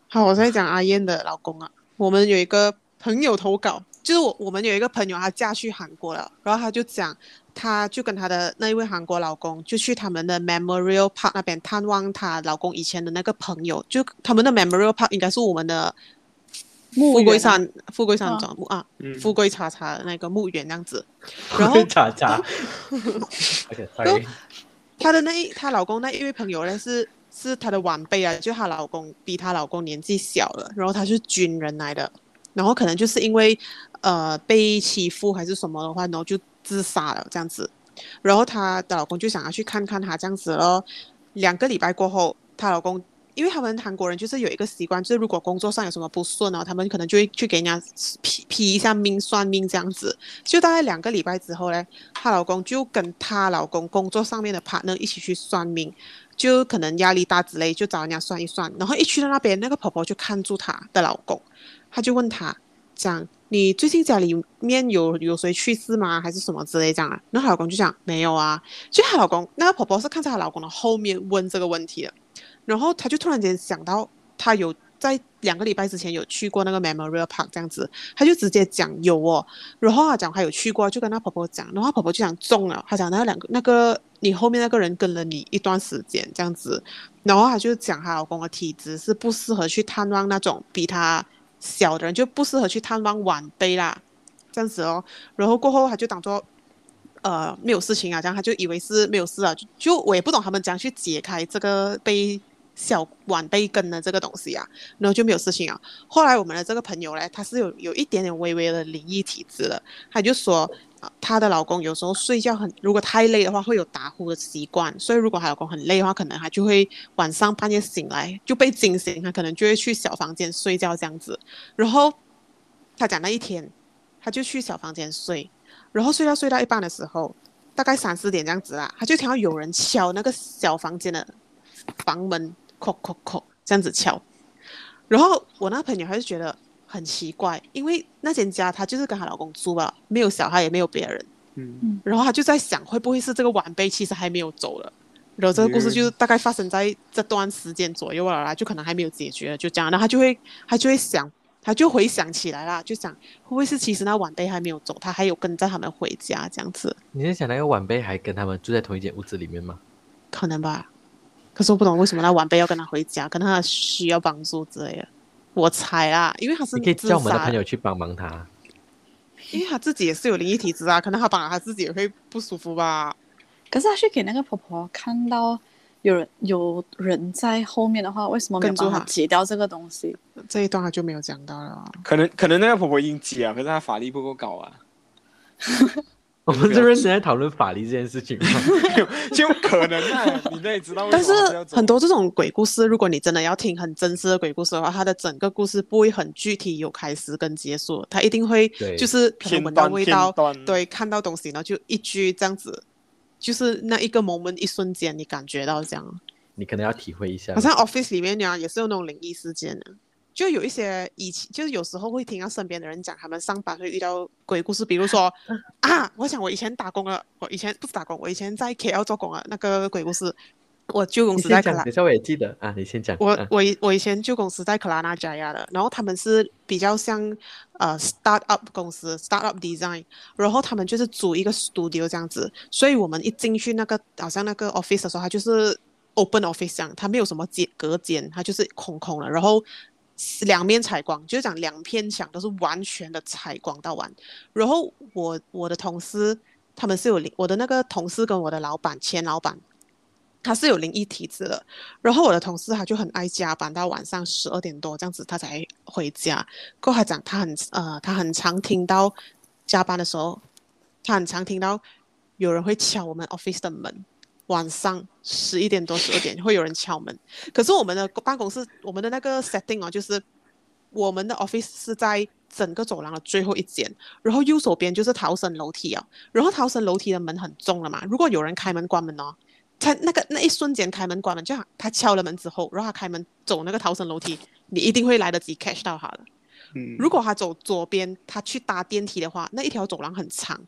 好，我在讲阿燕的老公啊。我们有一个朋友投稿，就是我们有一个朋友，她嫁去韩国了，然后她就讲，她就跟她的那一位韩国老公，就去他们的 Memorial Park 那边探望她老公以前的那个朋友，就他们的 Memorial Park 应该是我们的墓园啊， 富贵山啊， 庄啊，富嗯， 贵茶茶的那个墓园这样子。 不会然后， 查查。 就 OK，sorry。 她老公那一位朋友呢是她的晚辈啊，就她老公比她老公年纪小了，然后他是军人来的，然后可能就是因为被欺负还是什么的话，然后就自杀了这样子。然后她的老公就想要去看看她这样子咯。2个礼拜过后，她老公因为他们韩国人就是有一个习惯，就是如果工作上有什么不顺哦，他们可能就会去给人家批一下命、算命这样子。就大概2个礼拜之后呢，她老公就跟她老公工作上面的 partner 一起去算命，就可能压力大之类，就找人家算一算。然后一去到那边，那个婆婆就看住她的老公，她就问他讲：“你最近家里面有谁去世吗？还是什么之类这样啊？”然后她老公就讲：“没有啊。”就她老公那个婆婆是看在她老公的后面问这个问题的。然后她就突然间想到，她有在2个礼拜之前有去过那个 Memorial Park 这样子，她就直接讲有哦。然后她讲她有去过，就跟她婆婆讲，然后她婆婆就讲中了。她讲那个你后面那个人跟了你一段时间这样子，然后她就讲她老公的体质是不适合去探望那种比她小的人，就不适合去探望晚辈啦，这样子哦。然后过后她就当做没有事情啊，这样他就以为是没有事啊，就我也不懂他们怎样去解开这个被小晚辈跟的这个东西啊，然后就没有事情啊。后来我们的这个朋友呢，他是有一点点微微的灵异体质的，他就说。她的老公有时候睡觉如果太累的话，会有打呼的习惯，所以如果她老公很累的话，可能他就会晚上半夜醒来就被惊醒，他可能就会去小房间睡觉这样子。然后他讲那一天，他就去小房间睡，然后睡到一半的时候，大概3、4点这样子啦，他就听到有人敲那个小房间的房门，叩叩叩这样子敲。然后我那个朋友他就觉得很奇怪，因为那间家她就是跟她老公住了，没有小孩也没有别人。 嗯， 然后他就在想，会不会是这个晚辈其实还没有走了？然后这个故事就是大概发生在这段时间左右了啦，就可能还没有解决，就这样。然后他就会想，他就回想起来啦，就想会不会是其实那晚辈还没有走，他还有跟着他们回家这样子， 你在想那个晚辈还跟他们住在同一间屋子里面吗？ 可能吧。可是我不懂为什么那晚辈要跟他回家，可能他需要帮助之类的。我猜啦，因为他是你可以叫我们的自杀的， 朋友去帮忙他。 因为他自己也是有灵异体质啊，可能他帮了他自己也会不舒服吧。 可是他去给那个婆婆看到有人在后面的话，为什么没有帮他跟住他解掉这个东西？ 这一段他就没有讲到了。 可能那个婆婆已经急了，可是她法力不够高啊。 我们这认真在讨论法律这件事情吗？ 就可能啊，你那也知道为但是什么她不要走很多这种鬼故事，如果你真的要听很真实的鬼故事的话，它的整个故事不会很具体有开始跟结束，它一定会对就是可能闻到味道， 片段对，看到东西，然后就一句这样子，就是那一个 moment 一瞬间你感觉到这样。 你可能要体会一下。 好像 office 里面呀也是有那种灵异事件的，就有一些以前就是有时候会听到身边的人讲他们上班会遇到鬼故事，比如说啊，我想我以前打工了，我以前不是打工，我以前在 KL 做工了那个鬼故事，我旧公你先讲， 司在克拉等一下我也记得啊，你先讲。 我我我以前旧公司在克拉纳加亚的，然后他们是比较像startup 公司 startup design，然后他们就是租一个 studio 这样子，所以我们一进去那个好像那个 office 的时候，它就是 open office 这样，它没有什么隔间，它就是空空的，然后2面采光，就是讲2片墙都是完全的采光到完，然后我的同事他们是我的那个同事跟我的前老板。他是有灵异体质的，然后我的同事他就很爱加班到晚上12点多这样子他才回家。过后他讲他很常听到加班的时候，他很常听到有人会敲我们 office 的门，晚上11点多12点会有人敲门。可是我们的办公室我们的那个 setting 哦，就是我们的 office 是在整个走廊的最后一间，然后右手边就是逃生楼梯啊，然后逃生楼梯的门很重了嘛，如果有人开门关门哦。他那一瞬间开门关门，就他敲了门之后，然后他开门走那个逃生楼梯，你一定会来得及 catch 到他的。如果他走左边，他去搭电梯的话，那一条走廊很长，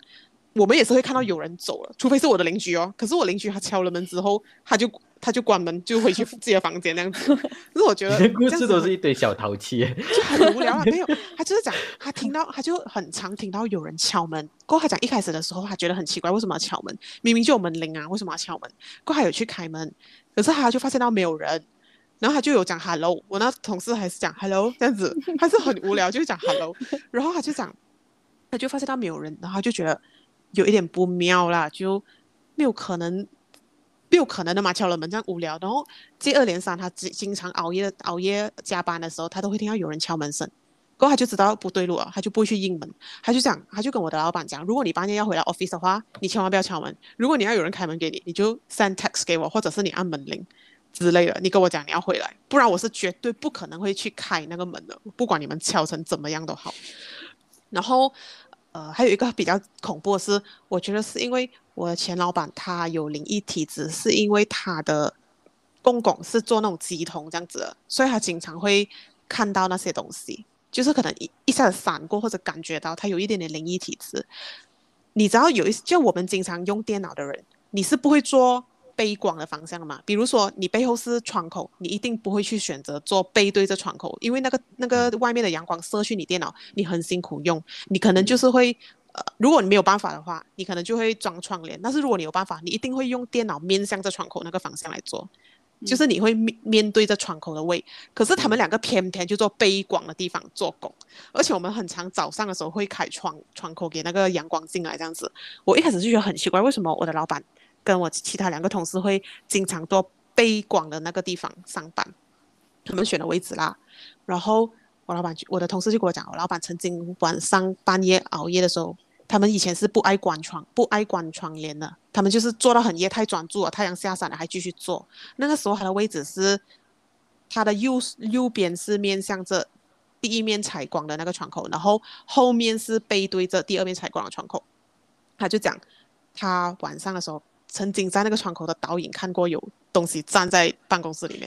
我们也是会看到有人走了，除非是我的邻居哦。可是我邻居他敲了门之后，他就关门，就回去自己的房间那样子。可是我觉得你的故这样子很事都是一堆小淘气耶。 就很无聊啊。没有，他就是讲他就很常听到有人敲门。过后他讲一开始的时候他觉得很奇怪，为什么要敲门？明明就有门铃啊，为什么要敲门？过后他有去开门，可是他就发现到没有人。然后他就有讲 hello，我那同事还是讲 hello 这样子，他是很无聊，就是讲 hello，然后他就发现到没有人，然后他就觉得有一点不妙啦，就没有可能，没有可能的嘛，敲了门这样无聊。然后接二连三，他经常熬夜加班的时候，他都会听到有人敲门声。过后他就知道不对路了，他就不会去应门，他就跟我的老板讲，如果你半夜要回来 office 的话，你千万不要敲门。如果你要有人开门给你，你就 send text 给我，或者是你按门铃之类的，你跟我讲你要回来，不然我是绝对不可能会去开那个门的，不管你们敲成怎么样都好。然后还有一个比较恐怖的是，我觉得是因为我的前老板他有灵异体质，是因为他的公公是做那种乩童这样子的，所以他经常会看到那些东西，就是可能一下子闪过或者感觉到他有一点点灵异体质。你知道就我们经常用电脑的人，你是不会做背光的方向的嘛？比如说你背后是窗口，你一定不会去选择做背对着窗口，因为那个外面的阳光射去你电脑，你很辛苦用，你可能就是会。如果你没有办法的话，你可能就会装窗帘。但是如果你有办法，你一定会用电脑面向着窗口那个方向来做，就是你会面对着窗口的位。可是他们两个偏偏就做背光的地方做工，而且我们很常早上的时候会开窗口给那个阳光进来这样子。我一开始就觉得很奇怪，为什么我的老板跟我其他两个同事会经常做背光的那个地方上班？他们选的位置啦，然后我的同事就跟我讲，我老板曾经晚上半夜熬夜的时候，他们以前是不爱关窗帘的，他们就是做到很夜，太专注了，太阳下山了还继续做。那个时候他的位置是他的右边是面向着第一面采光的那个窗口，然后后面是背对着第二面采光的窗口。他就讲，他晚上的时候曾经在那个窗口的倒影看过有东西站在办公室里面。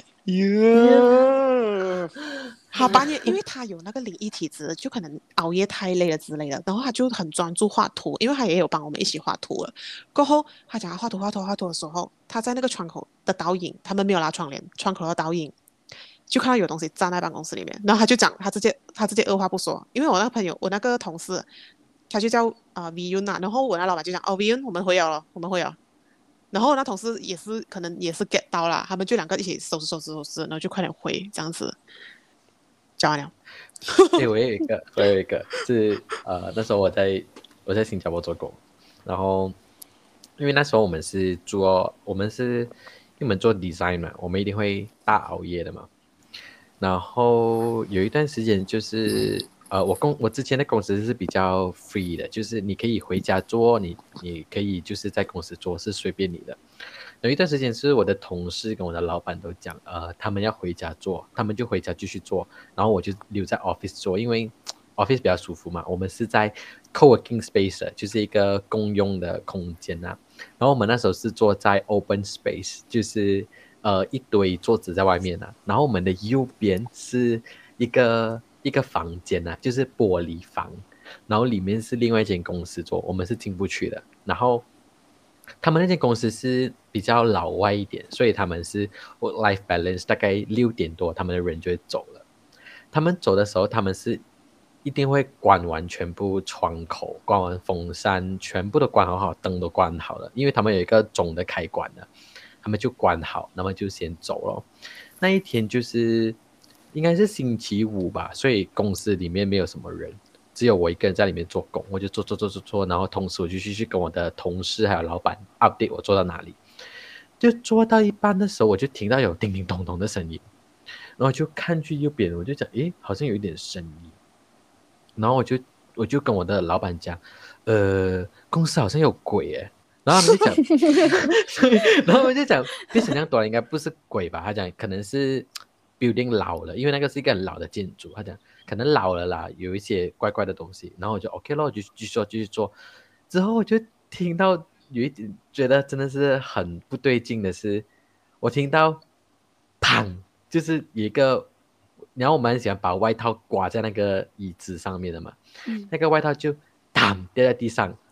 他半夜，因为他有那个灵异体质，就可能熬夜太累了之类的，然后他就很专注画图，因为他也有帮我们一起画图了。过后他讲他画图的时候，他在那个窗口的倒影，他们没有拉窗帘，窗口的倒影就看到有东西站在办公室里面，然后他就讲他直接二话不说，因为我那个朋友，我那个同事，他就叫Viyun 啊，然后我那老板就讲哦 Viyun 我们回了，我们回了。然后我那同事也是可能也是 get 到了，他们就两个一起收拾，然后就快点回这样子。讲完了。 对，我有一个是那时候我在新加坡做工，然后因为那时候我们是因为我们做 design 嘛，我们一定会大熬夜的嘛。然后有一段时间就是我之前的公司是比较 free 的，就是你可以回家做，你可以就是在公司做，是随便你的。有一段时间是我的同事跟我的老板都讲，他们要回家做，他们就回家继续做，然后我就留在 office 做，因为 office 比较舒服嘛。我们是在 co-working space， 就是一个共用的空间啊。然后我们那时候是坐在 open space， 就是一堆桌子在外面啊。然后我们的右边是一个房间啊，就是玻璃房，然后里面是另外一间公司做，我们是进不去的。然后他们那间公司是比较老外一点，所以他们是 work-life balance， 大概6点多他们的人就会走了。他们走的时候，他们是一定会关完全部窗口，关完风扇，全部都关好，灯都关好了，因为他们有一个总的开关的，他们就关好，那么就先走了。那一天就是应该是星期五吧，所以公司里面没有什么人，只有我一个人在里面做工，我就做，然后同时我就去跟我的同事还有老板 update 我做到哪里。就做到一半的时候，我就听到有叮叮咚咚的声音，然后就看去右边，我就讲，诶，好像有一点声音。然后我就跟我的老板讲，公司好像有鬼耶。然后他们就讲，然后我们就讲，变成这样多了，应该不是鬼吧？他讲可能是 building 老了，因为那个是一个很老的建筑。他讲可能老了啦，有一些怪怪的东西。然后我就 OK 咯，就继续做。之后我就听到有一点觉得真的是很不对劲的是，我听到砰，就是有一个，然后我们很喜欢把外套挂在那个椅子上面的嘛，那个外套就砰掉在地上，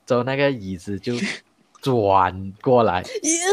之后那个椅子就转过来，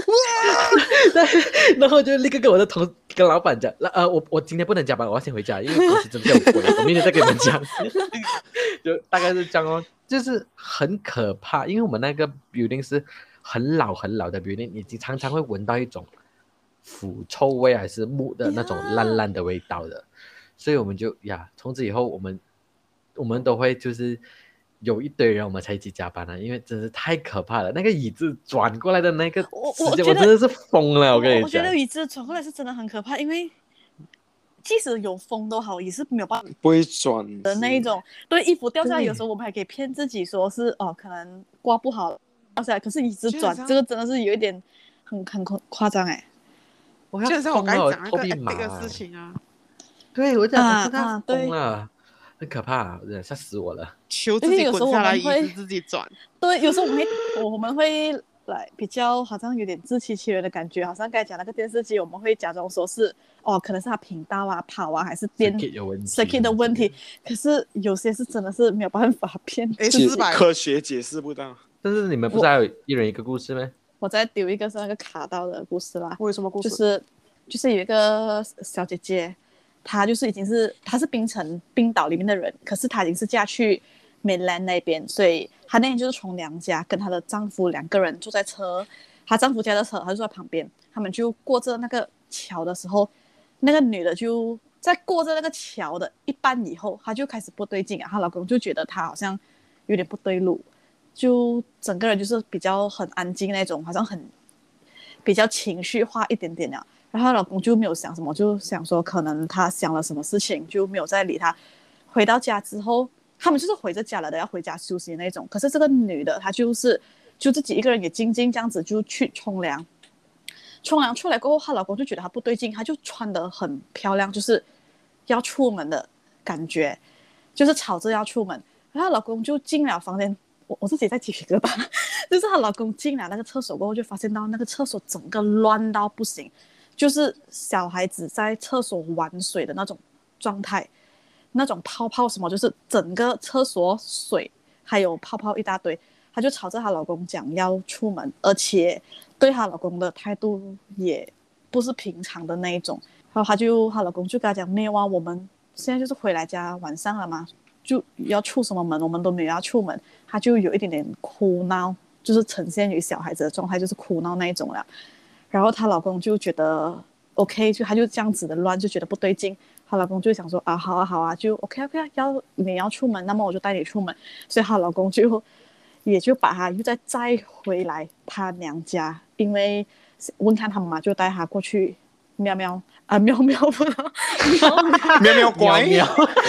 然后就立刻跟跟老板讲，我今天不能加班，我要先回家，因为公司真的有鬼，我明天再跟你们讲。就大概是这样哦，就是很可怕，因为我们那个 building 是很老很老的 building， 你常常会闻到一种腐臭味还是木的那种烂烂的味道的，所以我们就从此以后我们都会就是有一堆人我们才一起加班了，因为真是太可怕了。那个椅子转过来的那个时间，我真的是疯了。我跟你讲， 我觉得椅子转过来是真的很可怕，因为即使有风都好，也是没有办法不会转的那一种。对，衣服掉下来，有时候我们还可以骗自己说是可能挂不好掉下来，可是椅子转，这个真的是有一点很夸张哎。 就像我刚才讲那个头皮麻的事情啊， 对我讲我真的疯了。很可怕，吓死我了！ 求自己滚下来，椅子自己转。 对，有时候我们会来比较，好像有点自欺欺人的感觉，好像刚才讲那个电视机，我们会假装说是可能是它频道啊、跑啊，还是电 circuit 的问题。可是有些是真的是没有办法骗， 科学解释不到。 但是你们不是还有一人一个故事吗？ 我再丢一个是那个卡到的故事啦。 为什么故事？ 就是有一个小姐姐。她就是她是冰岛里面的人，可是她已经是嫁去 mainland 那边，所以她那天就是从娘家跟她的丈夫2个人坐在她丈夫家的车，她就坐在旁边，他们就过着那个桥的时候，那个女的就在过着那个桥的一半以后，她就开始不对劲啊，她老公就觉得她好像有点不对路，就整个人就是比较很安静那种，好像比较情绪化一点点了。然后她老公就没有想什么，就想说可能她想了什么事情，就没有再理她。回到家之后，他们就是回着家了的，要回家休息的那种。可是这个女的她就自己一个人也静静这样子就去冲凉出来过后，她老公就觉得她不对劲，她就穿得很漂亮，就是要出门的感觉，就是吵着要出门。然后她老公就进了房间，我自己在鸡皮疙瘩，就是她老公进了那个厕所过后，就发现到那个厕所整个乱到不行。就是小孩子在厕所玩水的那种状态，那种泡泡什么，就是整个厕所水还有泡泡一大堆。她就吵着她老公讲要出门，而且对她老公的态度也不是平常的那一种。然后她老公就跟她讲，没有啊，我们现在就是回来家晚上了嘛，就要出什么门，我们都没有要出门。她就有一点点哭闹，就是呈现于小孩子的状态，就是哭闹那一种了。然后她老公就觉得 OK， 就她就这样子的乱，就觉得不对劲。她老公就想说好啊，就 OK， 你要出门，那么我就带你出门。所以她老公也就把她又再载回来她娘家，因为问看她妈妈就带她过去喵喵不知道喵喵乖喵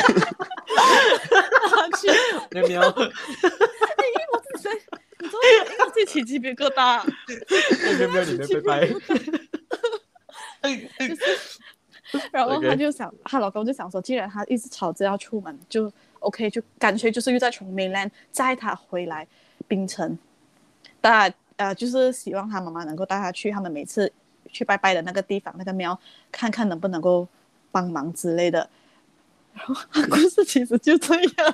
喵喵我自己在，你知道吗？因为我自己起鸡皮疙瘩。 喵，你们拜拜。 然后她老公就想说，既然她一直吵着要出门，就 OK， 就干脆就是又再从 mainland 载她回来槟城。就是希望她妈妈能够带她去他们每次去拜拜的那个地方，那个庙，看看能不能够帮忙之类的。然后故事其实就这样。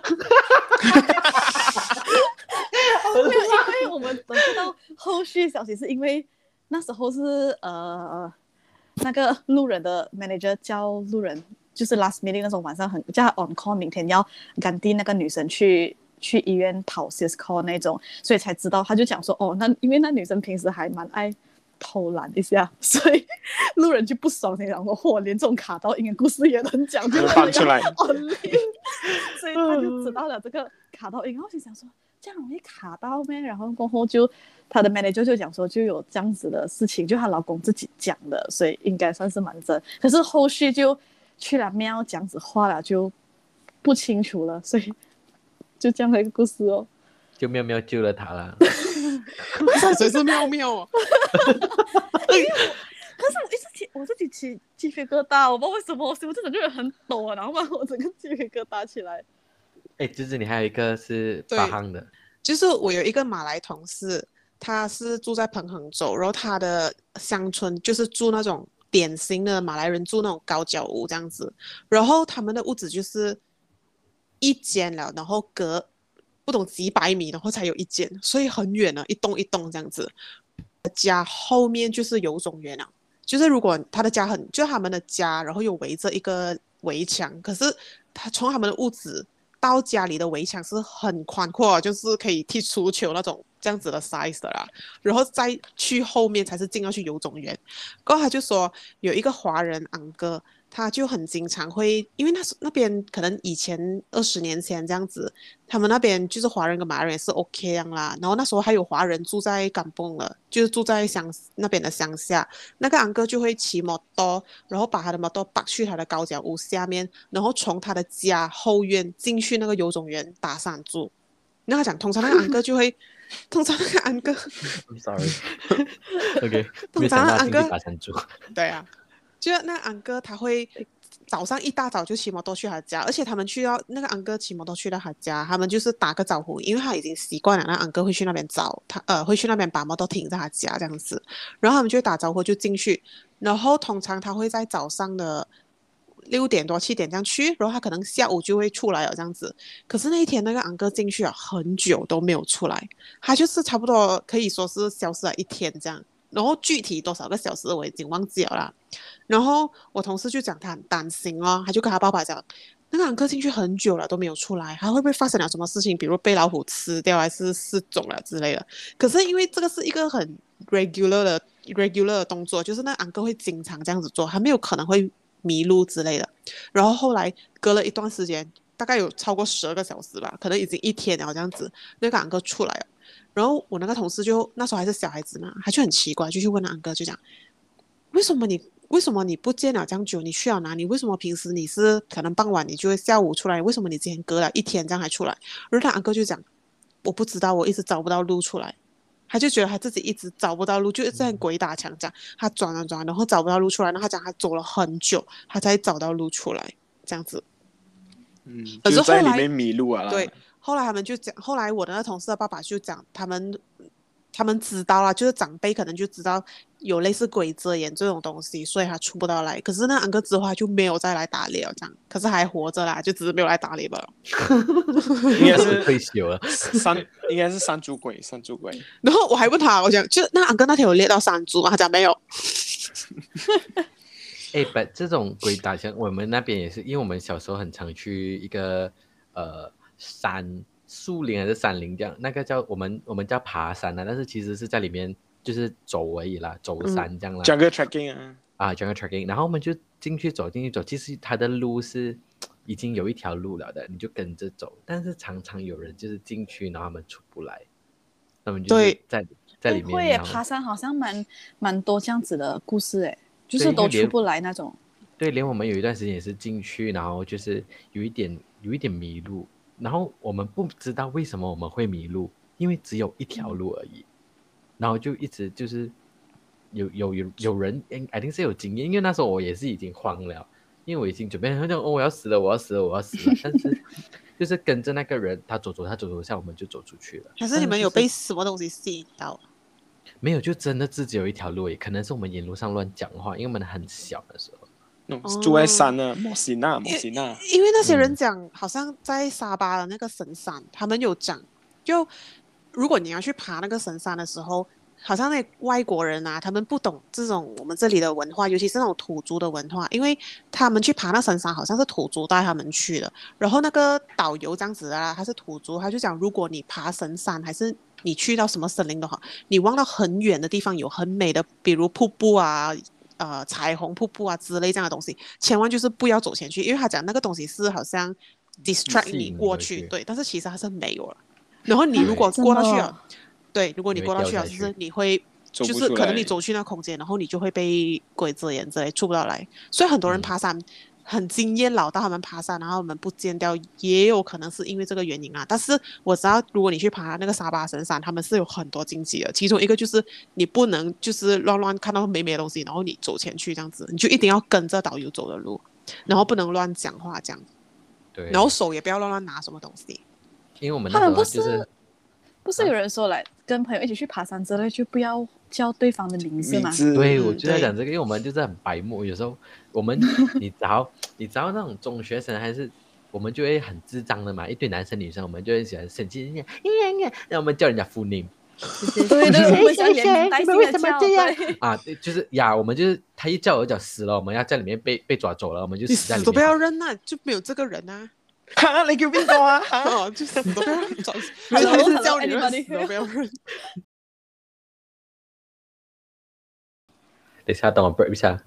因为我们得不到后续消息，是因为那时候是那个路人的 manager 叫路人，就是 last meeting 那种晚上叫他 on call， 明天要赶递那个女生去医院跑 sys call 那种，所以才知道。他就讲说那因为那女生平时还蛮爱偷懒一下，所以路人就不爽，你讲说连这种卡到音的故事也能讲，就搬出来。 所以他就知道了这个卡到音，然后就想说这样容易卡到咩？然后过后就他的 manager 就讲说就有这样子的事情，就她老公自己讲的，所以应该算是蛮真。可是后续就去了喵这样子话了，就不清楚了，所以就这样的一个故事哦。 就喵喵救了他了。 谁是喵喵哦？ 可是我自己起鸡皮疙瘩，我不知道为什么，我心这整个人很抖啊，然后把我整个鸡皮疙瘩起来。 就是你还有一个是巴夯的， 就是我有一个马来同事，他是住在彭亨州，然后他的乡村就是住那种典型的马来人住那种高脚屋这样子，然后他们的屋子就是一间了，然后隔不懂几百米，然后才有一间，所以很远了，一栋一栋这样子。家后面就是游种园了，就是如果他的家很，就他们的家，然后有围着一个围墙，可是他从他们的屋子到家里的围墙是很宽阔，就是可以踢足球那种这样子的 size 的啦。然后再去后面才是进要去游种园。过后他就说有一个华人昂哥，他就很经常会，因为那边可能以前20年前这样子，他们那边就是华人跟马来人也是 OK 样啦。然后那时候还有华人住在甘榜了，就是住在那边的乡下。那个昂哥就会骑摩托，然后把他的摩托绑去他的高脚屋下面，然后从他的家后院进去那个游种园打闪住。那他讲，通常那个昂哥就会，通常那个昂哥 ，I'm sorry，OK，没通常想到进去那昂哥， 打山猪， 对啊，就那个昂哥他会早上一大早就骑摩托去他家，而且他们去到那个昂哥骑摩托去到他家，他们就是打个招呼，因为他已经习惯了，那昂哥会去那边找他，会去那边把摩托停在他家这样子，然后他们就会打招呼就进去，然后通常他会在早上的6点多7点这样去，然后他可能下午就会出来了这样子。可是那一天那个昂哥进去啊，很久都没有出来，他就是差不多可以说是消失了一天这样。然后具体多少个小时我已经忘记了啦。然后我同事就讲他很担心哦，他就跟他爸爸讲，那个昂哥进去很久了都没有出来，他会不会发生了什么事情，比如被老虎吃掉，还是失踪了之类的。可是因为这个是一个很 regular 的动作，就是那昂哥会经常这样子做，他没有可能会迷路之类的。然后后来隔了一段时间，大概有超过12个小时吧，可能已经一天了这样子，那个昂哥出来了。然后我那个同事就那时候还是小孩子嘛，他就很奇怪，就去问那昂哥，就讲为什么你不见了这样久？你去了哪里？为什么平时你是可能傍晚你就会下午出来？为什么你之前隔了一天这样还出来？然后他昂哥就讲，我不知道，我一直找不到路出来。他就觉得他自己一直找不到路，就一直在鬼打墙这样，他转啊转，然后找不到路出来。然后他讲他走了很久，他才找到路出来，这样子。可是就后来在里面迷路啊啦。 对，后来他们就讲，后来我的那同事的爸爸就讲，他们知道啦，就是长辈可能就知道有类似鬼遮眼这种东西，所以他出不到来。可是那安哥之后他就没有再来打猎了，这样，可是还活着啦，就只是没有来打猎罢了。 应该是退休了。 应该是山猪鬼，山猪鬼。 然后我还问他，我讲，就那安哥那天有猎到山猪吗？他讲没有。 哎，不，这种鬼打墙，我们那边也是，因为我们小时候很常去一个树林还是山林这样，那个叫我们叫爬山啊，但是其实是在里面就是走而已啦，走山这样啦。 Jungle trekking jungle trekking， 然后我们就进去走，其实它的路是已经有一条路了的，你就跟着走，但是常常有人就是进去，然后他们出不来，他们就是在里面。 会耶，爬山好像蛮多这样子的故事诶，就是都出不来那种。 对，连我们有一段时间也是进去，然后就是有一点迷路，然后我们不知道为什么我们会迷路，因为只有一条路而已，然后就一直就是有人一定是有经验，因为那时候我也是已经慌了，因为我已经准备好像我要死了，但是就是跟着那个人，他走下，我们就走出去了。 可是你们有被什么东西吸引到？ 没有，就真的只有一条路，也可能是我们沿路上乱讲话，因为我们很小的时候。 住在山呢，莫西纳。 因为那些人讲，好像在沙巴的那个神山，他们有讲，就如果你要去爬那个神山的时候，好像那外国人啊，他们不懂这种我们这里的文化，尤其是那种土著的文化，因为他们去爬那神山，好像是土著带他们去的。然后那个导游这样子啊，他是土著，他就讲，如果你爬神山，还是你去到什么森林的话，你望到很远的地方有很美的，比如瀑布啊。彩虹瀑布啊之类这样的东西，千万就是不要走前去，因为他讲那个东西是好像 distract 你过去，对，但是其实它是没有了。然后你如果过到去了，对，如果你过到去了，就是你会，就是可能你走去那空间，然后你就会被鬼遮眼之类出不到来。所以很多人爬山很经验老道，他们爬山然后他们不见掉，也有可能是因为这个原因啊。但是我知道，如果你去爬那个沙巴神山，他们是有很多禁忌的，其中一个就是你不能就是乱看到美美的东西，然后你走前去这样子，你就一定要跟着导游走的路，然后不能乱讲话这样。 对， 然后手也不要乱拿什么东西。 因为我们那时候就是不是有人说来跟朋友一起去爬山之类，就不要叫对方的名字吗？ 对，我就在讲这个，因为我们就是很白目，有时候我们你知道那种中学生还是我们就会很智障的嘛，一堆男生女生，我们就会喜欢生气，然后我们叫人家 full name。 对对，我们想连名带姓的叫，对啊，对，就是呀，我们就是他一叫我就死了，我们要在里面被抓走了，我们就你死在里面。 死都不要认啊，就没有这个人啊。 哈，你叫邊個啊？ 哦，就死都不要认，就 Hello， 是叫你 hello， 们死都不要认。 等一下，等我 break 一下。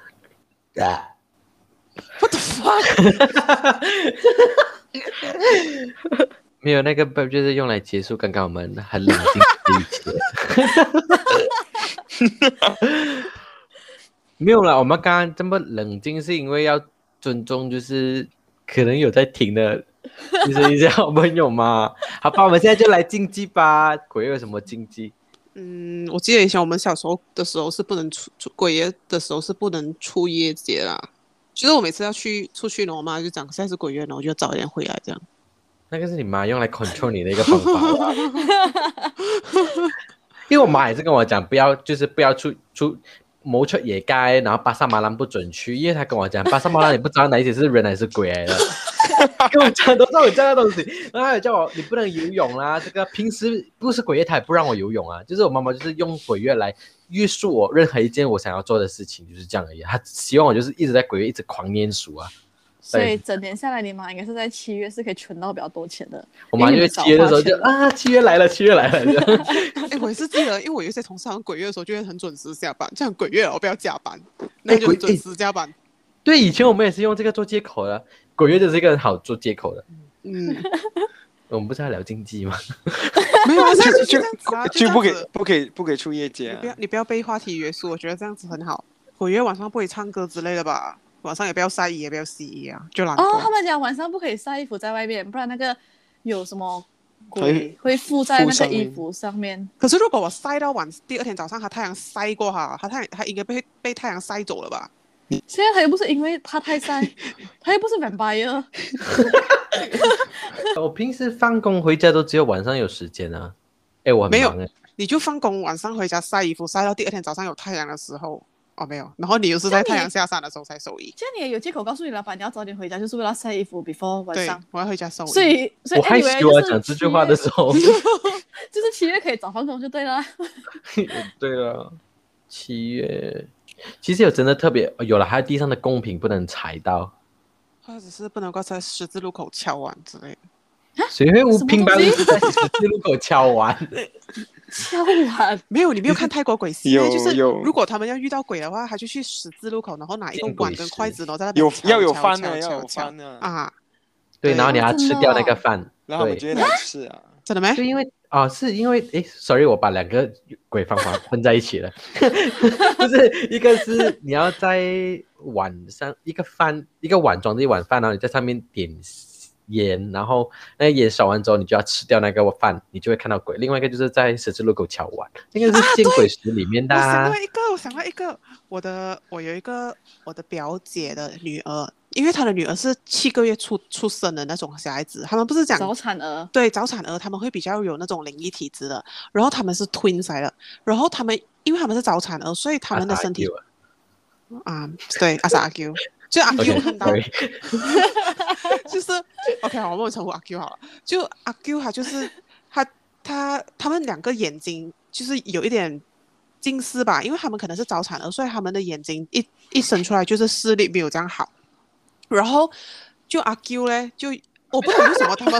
What the fuck？ 没有那个 break 就是用来结束刚刚我们很冷静的一切。没有啦，我们刚刚这么冷静是因为要尊重，就是可能有在听的，就是一些好朋友嘛。好吧，我们现在就来竞技吧。鬼月有什么竞技？ 我记得以前我们小时候的时候是不能鬼月的时候是不能出夜节啦。就是我每次要出去呢，我妈就讲现在是鬼月呢，我就早点回来这样。 那个是你妈用来 control 你的一个方法。因为我妈也是跟我讲，不要谋出野街，然后巴沙马兰不准去，因为她跟我讲巴沙马兰你不知道哪一些是人还是鬼来的。跟我讲都是我这样的东西，然后还有叫我你不能游泳啦，这个平时不是鬼月她也不让我游泳啊，就是我妈妈就是用鬼月来约束我任何一件我想要做的事情，就是这样而已。她希望我就是一直在鬼月一直狂念书啊。 所以整年下来，你妈应该是在7月是可以存到比较多钱的。 我妈因为7月的时候就7月来了，7月来了。 我也是记得，因为我有些同事鬼月的时候就会很准时下班，这样鬼月我不要加班，那就准时加班。 对，以前我们也是用这个做借口的，鬼月就是一个很好做借口的。我们不是要聊经济吗？ 没有啊， 就不可以出夜节啊！ 你不要被话题约束，我觉得这样子很好。鬼月晚上不可以唱歌之类的吧？晚上也不要晒衣，也不要洗衣啊，就懒惰。 他们讲晚上不可以晒衣服在外面，不然那个有什么鬼会附在那个衣服上面。 可是如果我晒到第二天早上，它太阳晒过哈，它应该被太阳晒走了吧？ 现在他又不是因为他太晒，他又不是 vampire。 我平时放工回家都只有晚上有时间啊。我很忙没有，你就放工晚上回家晒衣服，晒到第二天早上有太阳的时候。没有，然后你又是在太阳下山的时候才收衣。 这样你也有借口告诉你老板你要早点回家，就是为了晒衣服 before 晚上。 对，我要回家收衣。 所以我害羞啊，讲这句话的时候。 就是7月可以早放工就对了。 对了，7月其实有真的特别有了，还有地上的贡品不能踩到， 或者是不能够在十字路口敲碗之类的。 谁会无平白无故在十字路口敲碗？ 敲碗没有，你没有看泰国鬼戏吗？就是有如果他们要遇到鬼的话，他就去十字路口，然后拿一个碗跟筷子，然后在那边要有饭的，要有饭的啊。 对，然后你要吃掉那个饭， 然后我们就会来吃啊。 真的没？ 对，是因为sorry， 我把两个鬼方法混在一起了。就是一个是你要在碗上一个碗装着一碗饭，然后你在上面点盐，然后那个盐烧完之后，你就要吃掉那个饭，你就会看到鬼。另外一个就是在十字路口敲碗，那个是见鬼石里面的。 我想到一个，我有一个我的表姐的女儿，因为她的女儿是7个月出生的那种小孩子，他们不是讲早产儿， 对，早产儿他们会比较有那种灵异体质的，然后他们是 twins 来的，然后因为他们是早产儿，所以他们的身体对，阿萨阿 Q。就阿 Q 看到，就是 OK， 好，我们称呼阿 Q 好了。就阿 Q 他就是他们两个眼睛就是有一点近视吧，因为他们可能是早产儿，所以他们的眼睛一生出来就是视力没有这样好。然后就阿 Q 呢，就我不懂为什么他们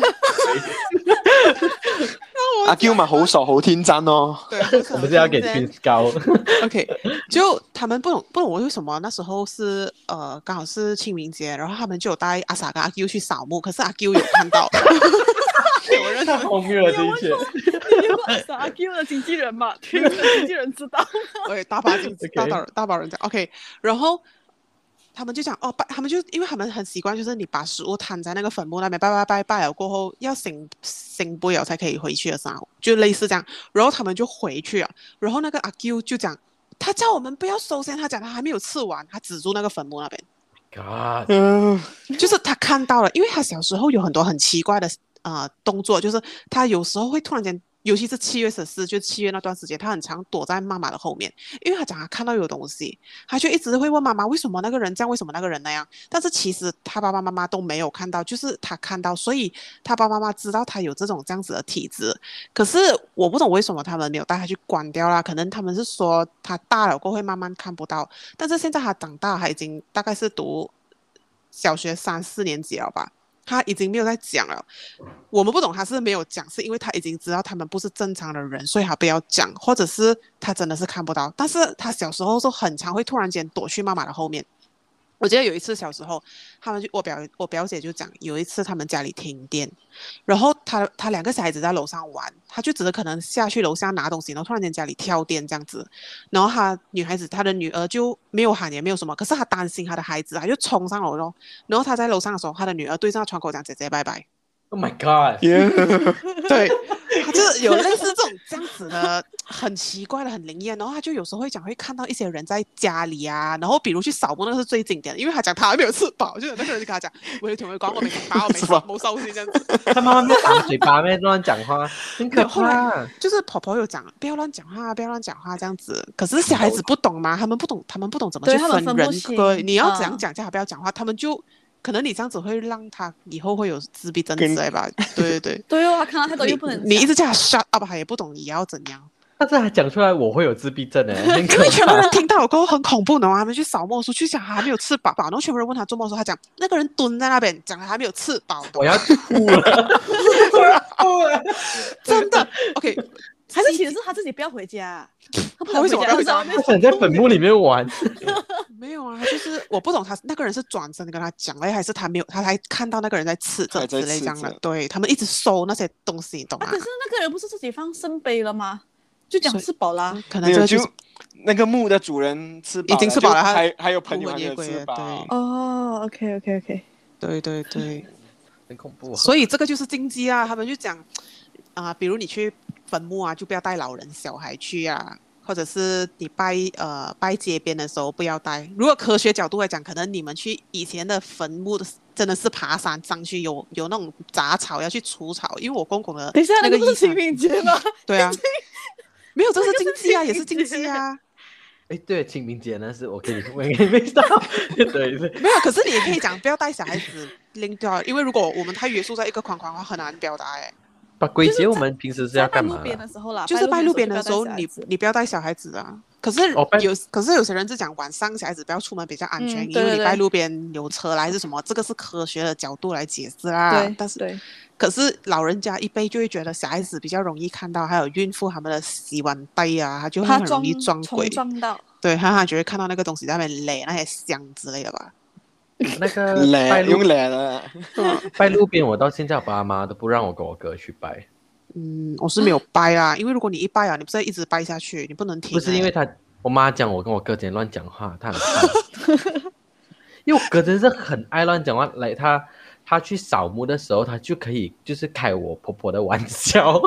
阿 Q 咪好傻好天真哦。 对， 我们是要给 twins 高。 OK， 就他们不懂为什么那时候是刚好是清明节，然后他们就有带阿 sa 跟阿 Q 去扫墓，可是阿 Q 有看到。我认太荒谬了这一切。 你有阿 sa 阿 Q 的经纪人嘛？听的经纪人知道。 对，大把人讲 OK， 然后。他们就讲他们就因为他们很习惯，就是你把食物摊在那个坟墓那边拜了过后，要醒不了才可以回去的时候，就类似这样。然后他们就回去了，然后那个阿 Q 就讲，他叫我们不要收先，他讲他还没有吃完，他指住那个坟墓那边。 God， 就是他看到了，因为他小时候有很多很奇怪的动作，就是他有时候会突然间尤其是7月14，就7月那段时间，他很常躲在妈妈的后面，因为他讲他看到有东西，他就一直会问妈妈为什么那个人这样，为什么那个人那样。但是其实他爸爸妈妈都没有看到，就是他看到，所以他爸爸妈妈知道他有这样子的体质。可是我不懂为什么他们没有带他去关掉啦，可能他们是说他大了过后会慢慢看不到。但是现在他长大，他已经大概是读小学3、4年级了吧。他已经没有在讲了，我们不懂他是没有讲，是因为他已经知道他们不是正常的人，所以他不要讲，或者是他真的是看不到。但是他小时候是很常会突然间躲去妈妈的后面。我记得有一次小时候，我表姐就讲，有一次他们家里停电，然后他两个小孩子在楼上玩，他就只是可能下去楼下拿东西，然后突然间家里跳电这样子，然后他的女儿就没有喊也没有什么，可是他担心他的孩子，他就冲上楼咯，然后他在楼上的时候，他的女儿对上窗口讲姐姐拜拜。 Oh my god！ 对，他就是有类似这样子的很奇怪的、很灵验，然后他就有时候会讲会看到一些人在家里啊，然后比如去扫墓，那个是最经典的，因为他讲他还没有吃饱，就有那个人就跟他讲，我有听我讲我没吃饱，我没收心这样子。 他妈妈没打嘴巴没乱讲话，很可后来怕。 就是婆婆有讲不要乱讲话，不要乱讲话这样子，可是小孩子不懂嘛，他们不懂怎么去对他们分不人， 清对，你要怎样讲叫他不要讲话，他们就。可能你这样子会让他以后会有自闭症之类吧？对对对。 对哦，他看到太多又不能讲。 你一直叫他 shut up， 他也不懂你要怎样。 但是他讲出来我会有自闭症很可因为全部人听到过后很恐怖的，他们去扫墓的时候去讲他还没有吃饱，然后全部人问他做梦的时候，他讲那个人蹲在那边讲他还没有吃饱。 我要吐了，我要吐了， 真的。OK， 还是其实是他自己不要回家， 他为什么不要回家？ 他想在坟墓里面玩。 没有啊，就是我不懂他那个人是转身跟他讲了，还是他没有，他还看到那个人在吃着之类这样的。对，他们一直收那些东西，你懂吗？ 可是那个人不是自己放圣杯了吗？就讲吃饱啦， 可能就那个墓的主人吃饱了， 已经吃饱了， 还有朋友还没有吃饱。 哦 ，OK， 对对对， 很恐怖。 所以这个就是禁忌啊，他们就讲比如你去坟墓啊，就不要带老人小孩去啊。或者是你拜街边的时候不要带。如果科学角度来讲，可能你们去以前的坟墓的真的是爬山上去，有那种杂草要去除草，因为我公公的那个不是清明节吗？ 对啊，没有，这是禁忌啊，也是禁忌啊。 哎，对，清明节那是我可以没到，对， 没有，可是你也可以讲不要带小孩子拎掉，因为如果我们太约束在一个框框的话，很难表达哎。 把鬼节我们平时是要干嘛？ 拜路边的时候啦， 就是拜路边的时候，你不要带小孩子啊。可是有些人是讲晚上小孩子不要出门比较安全，因为你拜路边有车来是什么，这个是科学的角度来解释啦。但是可是老人家一辈就会觉得小孩子比较容易看到，还有孕妇他们的洗碗袋啊，他就会很容易撞鬼。 到对，他就会看到那个东西在那边垒那些香之类的吧。 那个用垒了， 拜路边，我到现在我爸妈都不让我跟我哥去拜。 我是没有拜啊，因为如果你一拜啊，你不是一直拜下去，你不能停。 不是因为我妈讲我跟我哥之间乱讲话，他很怕。因为我哥真是很爱乱讲话，来他去扫墓的时候，他就可以就是开我婆婆的玩笑。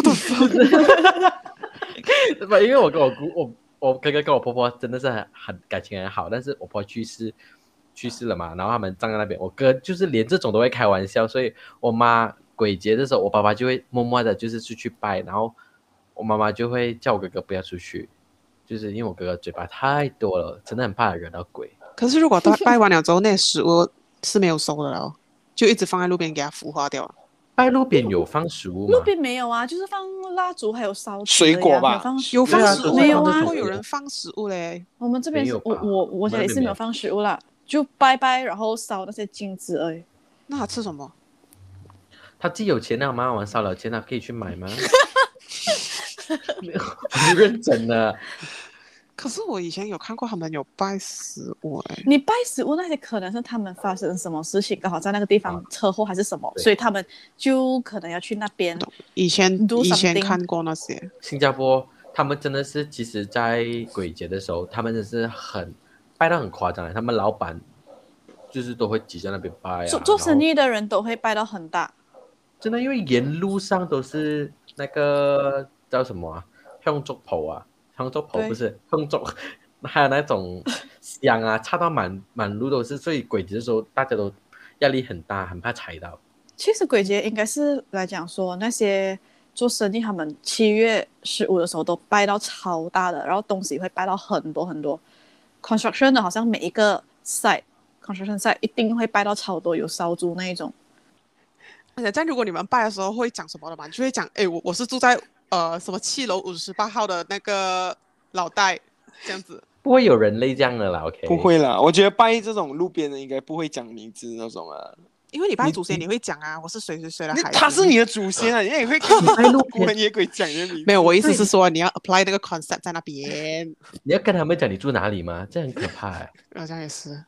因为我跟我哥哥跟我婆婆真的是很感情很好，但是我婆婆去世了嘛，然后他们站在那边，我哥就是连这种都会开玩笑，所以我妈鬼节的时候，我爸爸就会默默的就是出去拜，然后我妈妈就会叫我哥哥不要出去，就是因为我哥哥嘴巴太多了，真的很怕惹到鬼。 可是如果拜完了之后，那食物是没有收的了，就一直放在路边给它腐化掉了。 拜路边有放食物吗？ 路边没有啊，就是放蜡烛还有烧水果吧， 有放食物没有啊？ 会有人放食物嘞。 我们这边我家里是没有放食物啦，就拜拜然后烧那些金子而已。 那他吃什么？ 他既有钱了吗？我烧了钱，他可以去买吗？我认真的。 可是我以前有看过他们有拜食物你拜食物那些可能是他们发生什么事情，刚好在那个地方车祸还是什么，所以他们就可能要去那边。 以前看过那些。 新加坡他们真的是，其实在鬼节的时候，他们真是拜到很夸张的，他们老板就是都会挤在那边拜啊。 做生意的人都会拜到很大。 真的，因为沿路上都是那个叫什么啊，香烛头啊。香烛头不是香烛，还有那种香啊，插到满路都是，所以鬼节的时候大家都压力很大，很怕踩到。 其实鬼节应该是来讲说那些做生意，他们7月15的时候都拜到超大的，然后东西会拜到很多很多。construction 的好像每一个 construction site 一定会拜到超多，有烧猪那一种。 而且，如果你们拜的时候会讲什么的嘛？你就会讲，哎，我是住在什么7楼58号的那个老戴这样子。 不会有人类这样的啦 ，OK？ 不会啦，我觉得拜这种路边的应该不会讲名字那种啊。 因为你拜祖先，你会讲啊，我是谁谁谁的孩子。 他是你的祖先啊，你也会跟孤魂野鬼讲你的名字。 没有，我意思是说你要 apply 那个 concept 在那边。 你要跟他们讲你住哪里吗？这样很可怕哎。 好像也是。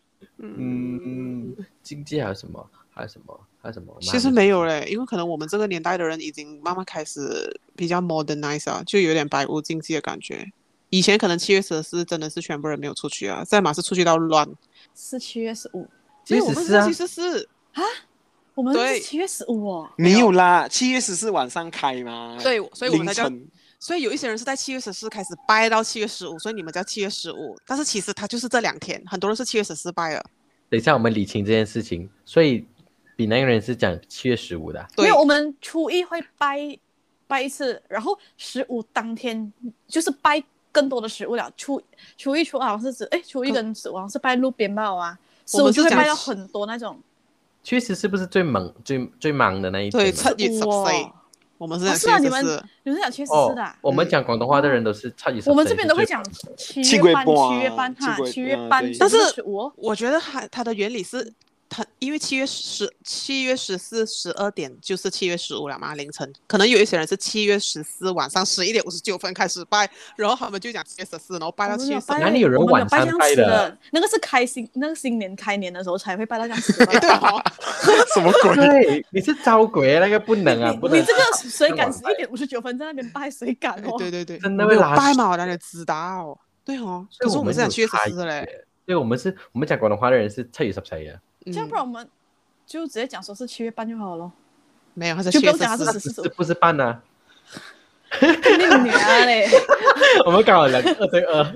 经济还有什么？还有什么？ 其实没有嘞，因为可能我们这个年代的人已经慢慢开始比较 modernize 啊，就有点百无禁忌的感觉。以前可能7月14真的是全部人没有出去啊，再马是出去到乱。 是7月15， 所以我们是7月14 啊，我们是7月15哦。 没有啦，7月14晚上开嘛。 对，所以我们才叫。 凌晨。 所以有一些人是在7月14开始拜到7月15，所以你们叫7月15，但是其实它就是这2天，很多人是7月14拜了。 等一下我们理清这件事情，所以比那个人是讲7月15的。 因为我们初一会拜一次，然后15当天就是拜更多的食物了。初一初二好像是初一跟15好像是拜路边吧啊，15就会拜到很多那种。 7月14不是最忙的那一天？ 对，7月14。我们是讲7月14。 你们是讲7月14的。 我们讲广东话的人都是7月14。 我们这边都会讲7月半哈，7月半。 但是我觉得它的原理是。因为7月14 12点就是7月15了嘛，凌晨。可能有一些人是7月14晚上11点59分开始拜，然后他们就讲7月14，然后拜到7月15。 哪里有人晚上拜的？ 那个是那个新年开年的时候才会拜到这样子。 对哦， 什么鬼？ 对，你是招鬼，那个不能啊，不能。 你这个谁敢11点59分在那边拜？谁敢哦？ 对， 真的会拉拜嘛，我哪里知道？对哦，可是我们是讲7月14嘞。 对，我们讲广东话的人是7月14啊。 这样不然我们就直接讲说是7月半就好了。 没有，他是就不用讲他是14， 不是半啊。 你娘嘞！ 我们刚好2对2。 啊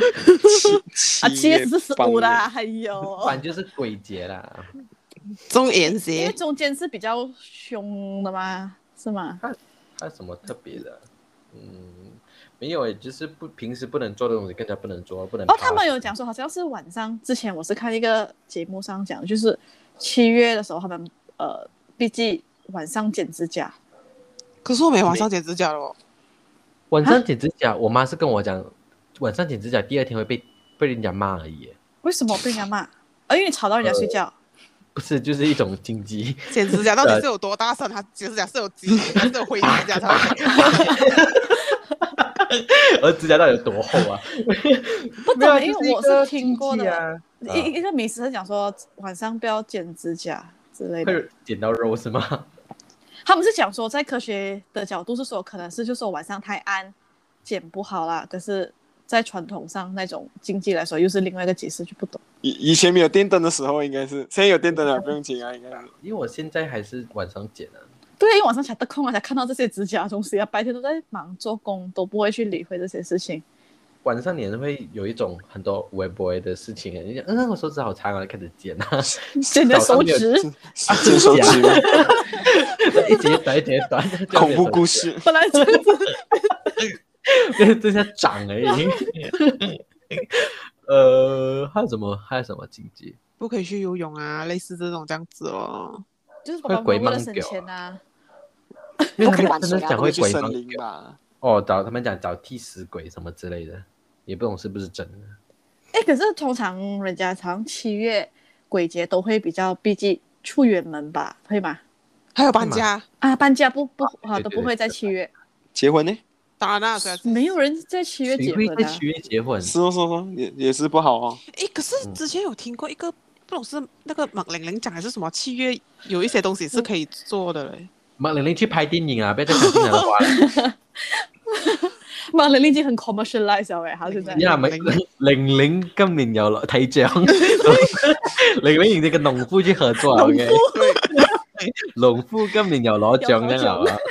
，7月15啦，还有。 半就是鬼节啦。 中元节。 因为中间是比较凶的吗？是吗？ 它有什么特别的？没有就是平时不能做的东西更加不能做，不能。 他们有讲说好像是晚上之前，我是看一个节目上讲，就是7月的时候他们毕竟晚上剪指甲。 可是我没晚上剪指甲了。 晚上剪指甲，我妈是跟我讲，晚上剪指甲第2天会被人家骂而已。 为什么被人家骂？因为你吵到人家睡觉。 不是，就是一种禁忌。 剪指甲到底是有多大声？他剪指甲是有机还是有灰指甲才会？ 而指甲到底有多厚啊？ 不懂，因为我是听过的。一个迷思是讲说晚上不要剪指甲之类的。 会剪到肉是吗？ 他们是讲说，在科学的角度是说，可能是就说晚上太暗剪不好啦。可是，在传统上那种经济来说，又是另外一个解释，就不懂。 以前没有电灯的时候，应该是现在有电灯了，不用剪啊，应该是。 因为我现在还是晚上剪啊。 对，因为晚上才得空啊，才看到这些指甲的东西啊，白天都在忙做工，都不会去理会这些事情。 晚上你会有一种很多微博的事情，你讲，我手指好长啊，开始剪啊， 剪的手指， 剪手指， 一节短一节短， 恐怖故事， 本来这样子， 这下长而已。还有什么禁忌？ 不可以去游泳啊，类似这种这样子哦。 就是爸爸为了省钱啊， 因为他们真的讲会鬼森林吧？ 他们讲找替死鬼什么之类的，也不懂是不是真的。 可是通常人家好像7月鬼节都会比较避忌出远门吧，会吗？ 还有搬家啊，搬家都不会在7月。 结婚呢？ 当然啦， 没有人在7月结婚啊。 谁会在7月结婚？ 是，也是不好哦。 可是之前有听过一个。不懂是那个马玲玲讲还是什么7月有一些东西是可以做的嘞。 马玲玲去拍电影啊，不要再讲新的话了。 馬玲玲已經很 commercialize 咗嘅，考小姐。 玲玲今年有睇獎，玲玲同隻個農夫去合作嘅，農夫今年又攞獎嘅係嘛？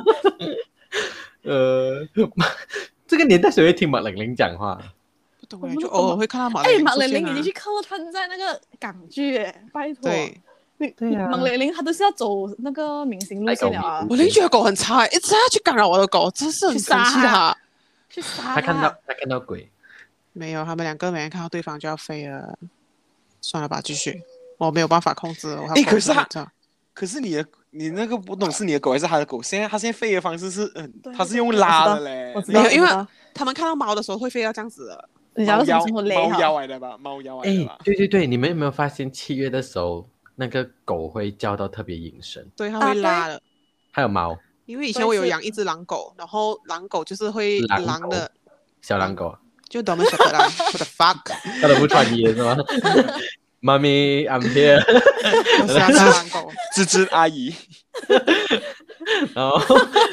這個年代誰會聽馬玲玲講話？ 不懂就偶爾會看到馬玲玲。 馬玲玲已經去客串在那個港劇誒，拜託。 對。 对啊猛雷凌他都是要走那个明星路线了啊， 我邻居的狗很差，一直要去干扰我的狗，真是很去杀生气他。 去杀他看到鬼， 没有，他们两个每人看到对方就要飞了。算了吧，继续，我没有办法控制，我还可是他这样可是你那个不懂是你的狗还是他的狗？他现在飞的方式是对他是用拉的嘞， 我知道没有，因为我知道他们看到猫的时候会飞到这样子的。 你知道为什么这么累猫腰哈？ 来的吧？猫腰来的吧？ 对对对，你们有没有发现7月的时候，那个狗会叫到特别隐身， 对，它会拉的。 还有猫， 因为以前我有养一只狼狗，然后狼狗就是会狼狗的， 小狼狗， 就 Doberman Shepherd 啦，what the fuck， 它都不穿衣是吗？妈咪，I'm here， 我是大狼狗。 芝芝阿姨， 然后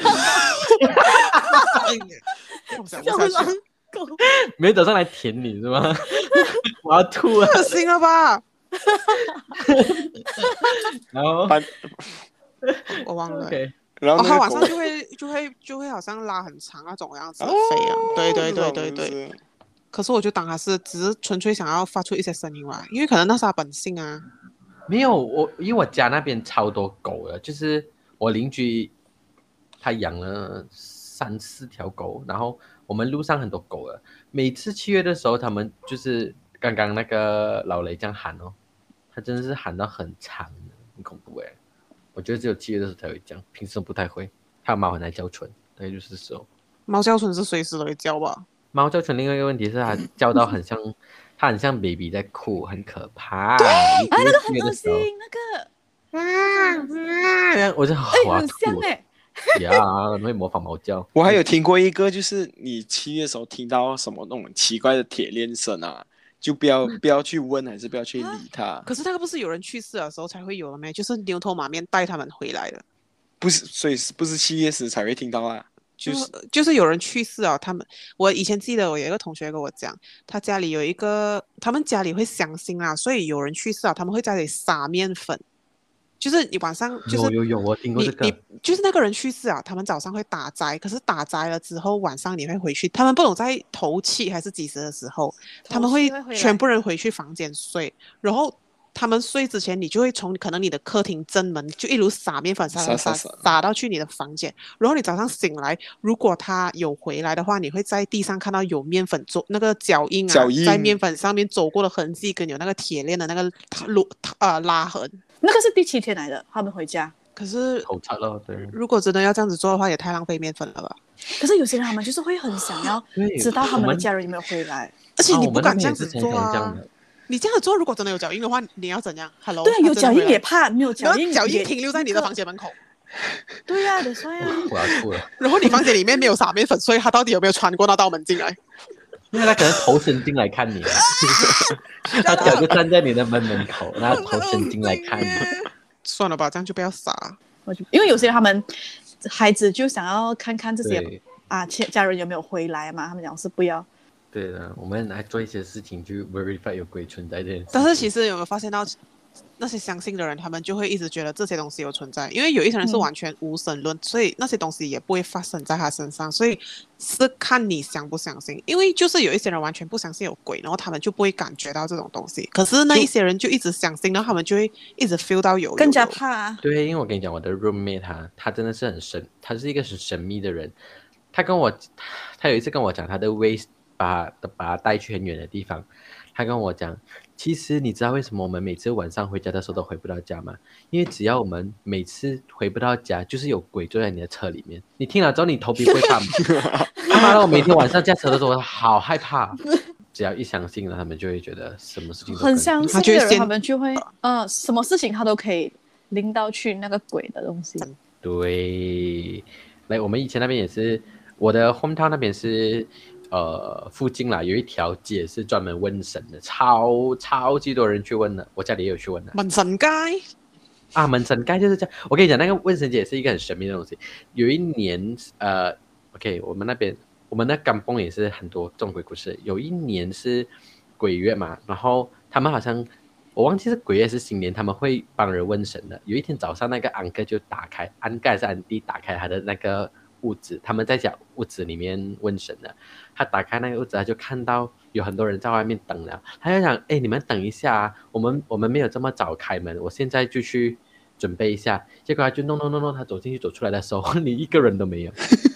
我想小狼不下去， 狗， 每天早上来舔你是吗？我要吐了。 恶心了吧？ 然后搬我忘了。 OK， 然后哦，它晚那个狗上就会好像拉很长那种样子飞啊，对对对对对。 对， 可是我就当它是只是纯粹想要发出一些声音嘛，因为可能那是它本性啊。 没有因为我家那边超多狗的，就是我邻居他养了3-4条狗，然后我们路上很多狗的。每次7月的时候，他们就是刚刚那个老雷这样喊哦，他真的是喊到很长的，很恐怖哎。我觉得只有7月的时候才会这样，平时都不太会。还有猫很爱叫春，大概就是时候。 猫叫春是随时都会叫吧？ 猫叫春另外一个问题是它叫到很像，它很像 baby 在哭，很可怕。对， 那个很恶心，那个我就我要很吐像哎， 呀，会模仿猫叫。 我还有听过一个，就是你7月的时候听到什么那种奇怪的铁链声啊，就不要去问，还是不要去理它。 可是那个不是有人去世的时候才会有的咩？就是牛头马面带他们回来的。 不是，所以不是7月时才会听到啊？ 就是有人去世啊，我以前记得我有一个同学跟我讲，他家里有一个，他们家里会相信啊，所以有人去世啊，他们会在这里撒面粉，就是你晚上就是有，我听过这个。 你就是那个人去世啊，他们早上会打斋，可是打斋了之后晚上你会回去，他们不懂在头七还是几时的时候，他们会回来全部人回去房间睡，然后他们睡之前，你就会从可能你的客厅正门就一路撒面粉撒到去你的房间，然后你早上醒来，如果他有回来的话，你会在地上看到有面粉那个脚印啊，在面粉上面走过的痕迹，跟有那个铁链的那个拉痕。 那个是第7天来的，他们回家。 可是口擦了，对。 如果真的要这样子做的话，也太浪费面粉了吧？ 可是有些人他们就是会很想要知道他们的家人有没有回来， 而且你不敢这样子做啊！ 我们那边也是常常这样的。 你这样子做，如果真的有脚印的话，你要怎样 ？Hello， 对啊，有脚印也怕，没有脚印脚印停留在你的房间门口。 对呀，得说呀。 我要吐了。 然后你房间里面没有撒面粉，所以他到底有没有穿过那道门进来？ 因为他可能头伸进来看你，他脚就站在你的门口，然后头伸进来看你。 算了吧，这样就不要撒。 因为有些人他们孩子就想要看看这些对家人有没有回来嘛，他们讲是不要。 对的，我们来做一些事情去 verify 有鬼存在这件事。 但是其实有没有发现到，那些相信的人，他们就会一直觉得这些东西有存在，因为有一些人是完全无神论，所以那些东西也不会发生在他身上，所以是看你相不相信。因为就是有一些人完全不相信有鬼，然后他们就不会感觉到这种东西，可是那一些人就一直相信，然后他们就会一直 feel 到有更加怕啊。 对，因为我跟你讲，我的 roommate 他真的是很神，他是一个很神秘的人。他有一次跟我讲，他的 ways 把他带去很远的地方。他跟我讲，其实你知道为什么我们每次晚上回家的时候都回不到家吗？因为只要我们每次回不到家，就是有鬼坐在你的车里面。你听了之后，你头皮不会发麻？他妈的，我每天晚上驾车的时候，我好害怕。只要一相信了，他们就会觉得什么事情都很相信的人，他们就会什么事情他都可以拎到去那个鬼的东西。 对，来，我们以前那边也是，我的 hometown 那边是。附近啦有一条街是专门问神的，超级多人去问的，我家里也有去问的。 门神街啊，门神街就是这样。我跟你讲，那个问神节也是一个很神秘的东西。有一年，OK， 我们的甘榜也是很多这种鬼故事。有一年是鬼月嘛，然后他们好像我忘记是鬼月是新年，他们会帮人问神的。有一天早上，那个安哥就打开他的那个屋子，他们在家屋子里面问神的。他打开那个屋子，他就看到有很多人在外面等了，他就想，哎，你们等一下啊，我们没有这么早开门，我现在就去准备一下。结果他就弄，他走进去走出来的时候，你一个人都没有。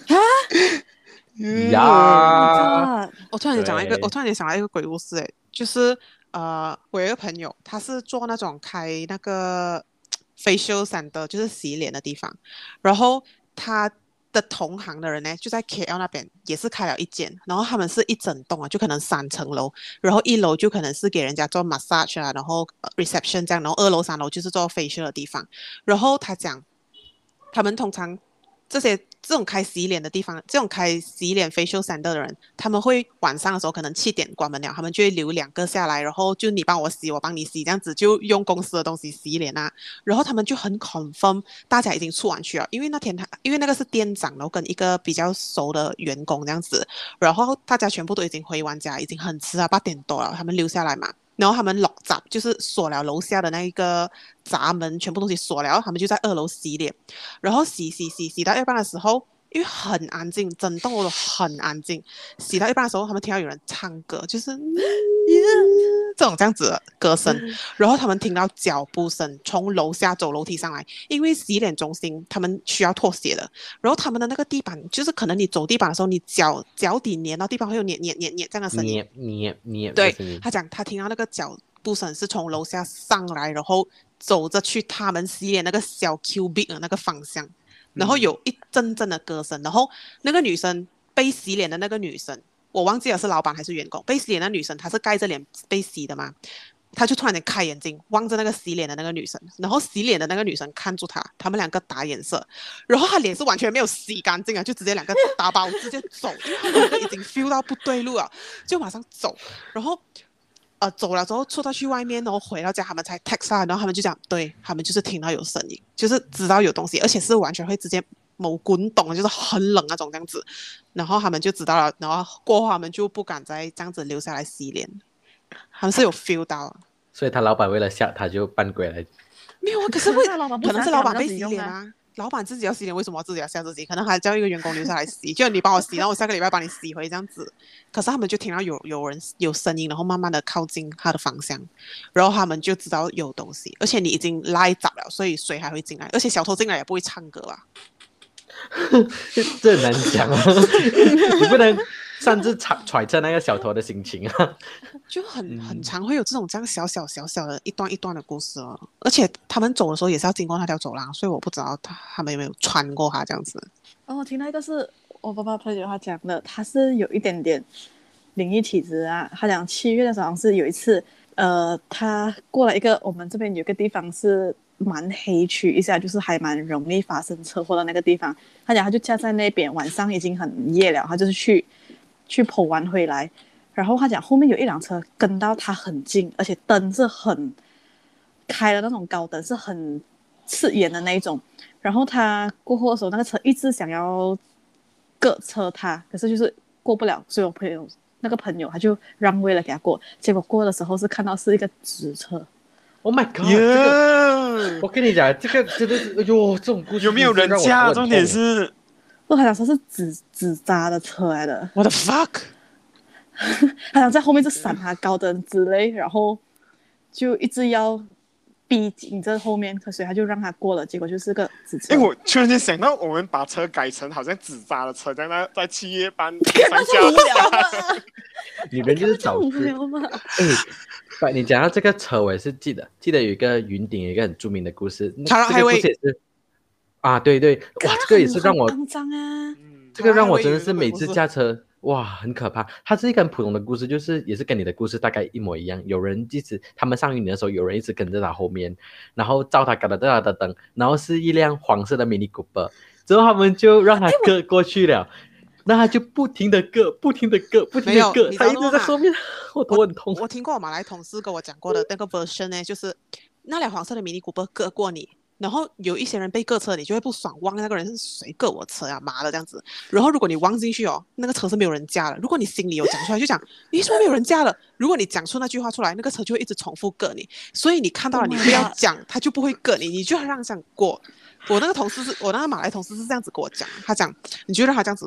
呀， 我突然间讲了一个， 对我突然间想到一个鬼故事，就是我有一个朋友，他是做那种开那个 facial center，就是洗脸的地方，然后他的同行的人呢，就在 KL 那边也是开了一间，然后他们是一整栋啊，就可能3层楼，然后1楼就可能是给人家做 massage 啊，然后reception 这样，然后2楼、3楼就是做 facial 的地方，然后他讲，他们通常这种开洗脸的地方，这种开洗脸 facial center 的人，他们会晚上的时候可能7点关门了，他们就会留2个下来，然后就你帮我洗，我帮你洗，这样子就用公司的东西洗脸啊。然后他们就很 confirm 大家已经出完去了，因为因为那个是店长，然后跟一个比较熟的员工这样子，然后大家全部都已经回完家，已经很迟了8点多了，他们留下来嘛。然后他们 lock 闸，就是锁了楼下的那一个闸门，全部东西锁了，他们就在2楼洗脸，然后洗到一半的时候，因为很安静，整栋楼都很安静，洗到一半的时候，他们听到有人唱歌，就是这种这样子的歌声，然后他们听到脚步声从楼下走楼梯上来，因为洗脸中心他们需要脱鞋的，然后他们的那个地板就是可能你走地板的时候，你脚底粘到地板会有捏这样的声音， 捏， 对，他讲他听到那个脚步声是从楼下上来，然后走着去他们洗脸那个小 cubic 的那个方向，然后有一阵阵的歌声，然后那个女生被洗脸的那个女生，我忘记了是老板还是员工，被洗脸的女生她是盖着脸被洗的嘛，她就突然间开眼睛望着那个洗脸的那个女生，然后洗脸的那个女生看住她，他们2个打眼色，然后她脸是完全没有洗干净啊，就直接2个打包直接走，因为他们2个已经 feel 到不对路了，就马上走，然后走了之后出到去外面，然后回到家他们才 text 然后他们就讲，对，他们就是听到有声音，就是知道有东西，而且是完全会直接某滚动，就是很冷那种这样子，然后他们就知道了，然后过后他们就不敢再这样子留下来洗脸，他们是有 feel 到， 所以他老板为了吓他就扮鬼来， 没有啊，可是会可能是老板被洗用脸啊。老板自己要洗脸，为什么自己要吓自己？可能还叫一个员工留下来洗，就你帮我洗，然后我下个礼拜帮你洗回这样子。可是他们就听到有人有声音，然后慢慢的靠近他的方向，然后他们就知道有东西，而且你已经拉闸了，所以水还会进来，而且小偷进来也不会唱歌吧？ 这很难讲啊，你不能擅自揣测那个小偷的心情啊。 就很常会有这种这样小小的一段一段的故事哦，而且他们走的时候也是要经过那条走廊，所以我不知道他们有没有穿过它这样子。 我听到一个是我爸爸朋友他讲的，他是有一点点灵异体质啊。他讲7月的时候好像是有一次，他过了一个我们这边有个地方是蛮黑区一下，就是还蛮容易发生车祸的那个地方。他讲他就驾在那边，晚上已经很夜了，他就是去跑完回来。然后他讲后面有一辆车跟到他很近，而且灯是很开的那种高灯，是很刺眼的那一种。然后他过后的时候，那个车一直想要隔车他，可是就是过不了，所以我那个朋友他就让位了给他过。结果过的时候是看到是一个纸车。 Oh my god！ 这个我跟你讲，这个真的是，哎呦，这种故事有没有人驾？重点是， 他讲说是纸扎的车来的。 What the fuck！ 他想在后面就闪他高灯之类，然后就一直要逼紧着后面，所以他就让他过了，结果就是个纸车。 我突然间想到，我们把车改成好像纸扎的车，这样在7月班上下。 你们就是找无聊吗？ 你讲到这个车，我也是记得有一个云顶有一个很著名的故事， 这个故事也是啊，对，哇，这个也是让我肮脏啊， 这个让我真的是每次驾车。哇，很可怕！它是一个很普通的故事，就是也是跟你的故事大概一模一样。有人一直他们上云顶的时候，有人一直跟着他后面，然后照他嘎哒哒哒噔，然后是一辆黄色的 Mini Cooper， 之后他们就让他割过去了，那他就不停的割，他一直在后面，我头很痛。 我听过我马来同事跟我讲过的那个 version 呢，就是那辆黄色的 Mini Cooper 割过你。然后有一些人被割车，你就会不爽，忘那个人是谁割我车啊，妈的这样子。然后如果你忘进去哦，那个车是没有人驾了。如果你心里有讲出来，就讲你说没有人驾了。如果你讲出那句话出来，那个车就会一直重复割你。所以你看到了，你不要讲，他就不会割你，你就让过。我那个马来同事是这样子跟我讲，他讲你就让他这样子过。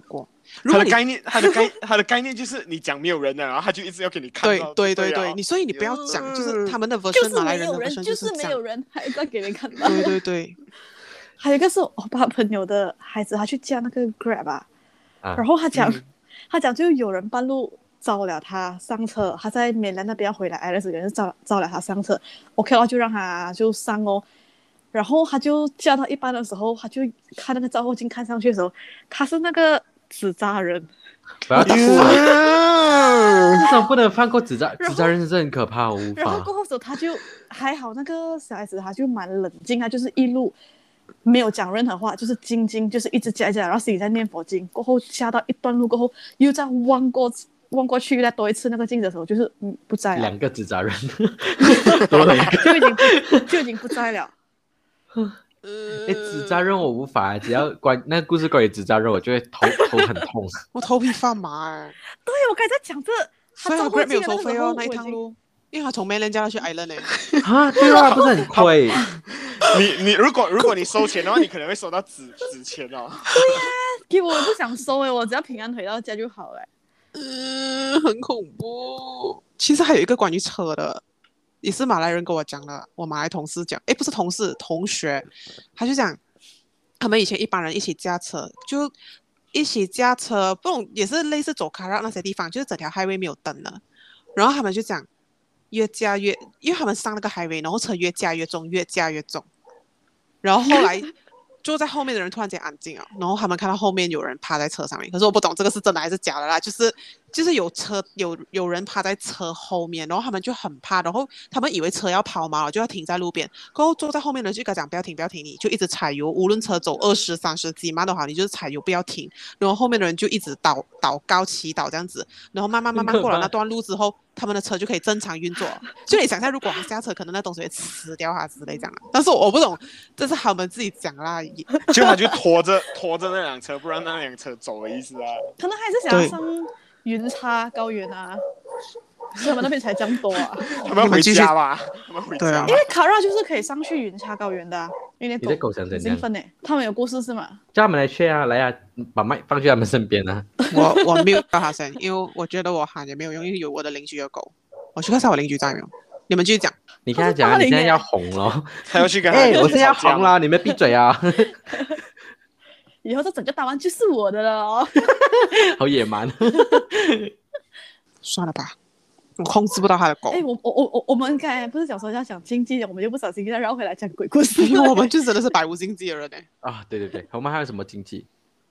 如果你他的概念就是你讲没有人的，然后他就一直要给你看到。 对，所以你不要讲，就是他们的 version 就是马来人的没有人， version 就是这样。 没有人，还一个给你看到。 对， 还有一个是我爸朋友的孩子，他去驾那个 Grab 然后他讲就有人半路招了他上车，他在缅甸那边要回来，那时有人招了他上车 ，OK 就让他就上哦。然后他就驾到一半的时候，他就看那个照后镜看上去的时候，他是那个纸扎人。 不要哭了，为什么不能放过纸扎人？是很可怕，我无法。 然后过后时候他就还好，那个小孩子他就蛮冷静，他就是一路没有讲任何话，就是静静，就是一直讲，然后心里在念佛经。过后下到一段路过后，又再望过去再多一次那个镜子的时候，就是不在了。 2个纸扎人，多了一个，就已经不在了。 纸扎人我无法，只要那个故事关于纸扎人，我就会头很痛。 我头皮发麻对，我刚才在讲这， 所以他 Grab 没有收费哦那一趟路，因为他从 mainland 驾到去 island 对啊，不是很亏。 你如果你收钱的话，你可能会收到纸钱哦。 对呀，给我不想收我只要平安回到家就好了。 很恐怖。其实还有一个关于车的。也是马来人跟我讲的，我马来同事讲，不是同事，同学，他就讲，他们以前一般人一起驾车，就一起驾车，不懂也是类似走卡拉那些地方，就是整条 highway 没有灯了，然后他们就讲，越驾越，因为他们上那个 highway，然后车越驾越重，越驾越重，然后后来坐在后面的人突然间安静了，然后他们看到后面有人趴在车上面，可是我不懂这个是真的还是假的啦，就是有人趴在车后面，然后他们就很怕，然后他们以为车要跑嘛，就要停在路边，过后坐在后面的人就跟他讲不要停，你就一直踩油，无论车走20、30几慢都好，你就是踩油不要停，然后后面的人就一直祷告祈祷这样子，然后慢慢过了那段路之后，他们的车就可以正常运作。就你想象，如果他下车，可能那东西会吃掉他之类这样的。但是我不懂，这是他们自己讲啦。 就他就拖着那辆车，不让那辆车走的意思啊。 可能还是想要上云叉高原啊，所以他们那边才这样多啊。 他们回家吧，他们回家。 对啊， 因为卡拉就是可以上去云叉高原的因为你的狗想怎样？ 他们有故事是吗？ 叫他们来去啊，来啊，把麦放去他们身边啊。 我没有叫他声，因为我觉得我喊也没有用，因为有我的邻居的狗。我去看下我邻居在没有。你们继续讲。 你跟他讲，你现在要红了。 他要去跟他。 我现在要红了，你们闭嘴啊！ 以后这整个大湾就是我的了哦。 好野蛮。 算了吧，我控制不到他的狗。 我们刚才不是讲说要讲经济，我们又不小心再绕回来讲鬼故事。 因为我们就真的是百无禁忌的人对，我们还有什么禁忌？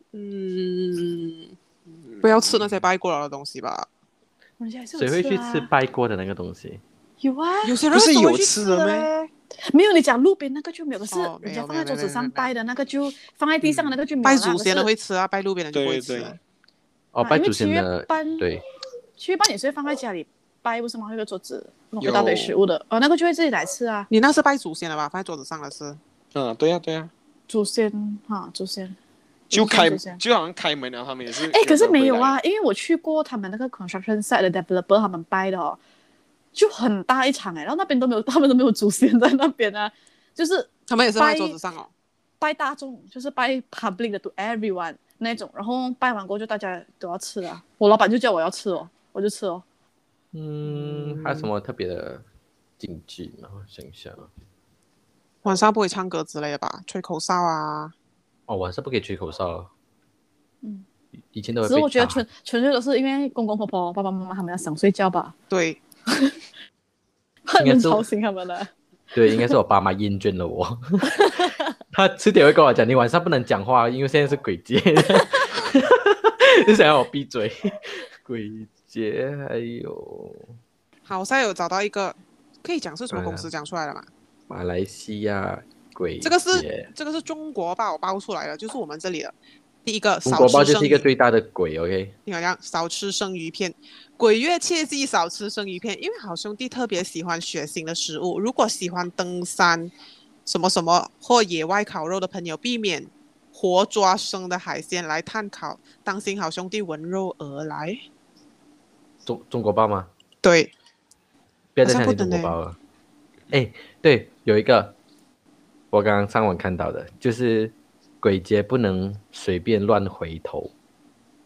不要吃那些拜过了的东西吧。 谁会去吃拜过的那个东西？ 有啊， 有些人不是有吃吃的咩？ 没有，你讲路边那个就没有，可是没有人家放在桌子上拜的那个就放在地上的那个就没有拜祖先的会吃啊，拜路边的就不会吃。 拜祖先的对。 7月半也是会放在家里拜，不是吗？那个桌子弄一大堆食物的，那个就会自己来吃啊。 你那是拜祖先的吧？放在桌子上的是。 对呀。 祖先祖先。 就好像开门了，他们也是。 可是没有啊，因为我去过他们那个 construction site 的 developer 他们拜的就很大一场然后那边他们都没有祖先在那边啊，就是他们也是放在桌子上拜大众，就是拜 public 的 to everyone 那种，然后拜完过后就大家都要吃啊，我老板就叫我要吃我就吃还有什么特别的禁忌吗？想一下， 晚上不会唱歌之类的吧？吹口哨啊。 晚上不可以吹口哨。以前都会被打。 只是我觉得纯粹都是因为公公婆婆、爸爸妈妈他们要想睡觉吧。 对。 很吵醒他们的。 对，应该是我爸妈厌倦了我。他迟点会跟我讲，你晚上不能讲话，因为现在是鬼节。就想要我闭嘴。鬼节还有。 好，我现在有找到一个，可以讲是什么公司讲出来的吗？ 马来西亚。 这个是中国报爆出来的，就是我们这里的第一个。 中国报就是一个最大的鬼 ，OK。 你好像少吃生鱼片，鬼月切记少吃生鱼片，因为好兄弟特别喜欢血腥的食物。如果喜欢登山什么什么或野外烤肉的朋友，避免活抓生的海鲜来炭烤，当心好兄弟闻肉而来。 中国报吗？ 对。 不要再相信中国报了。对，有一个。我刚刚上网看到的，就是鬼节不能随便乱回头，有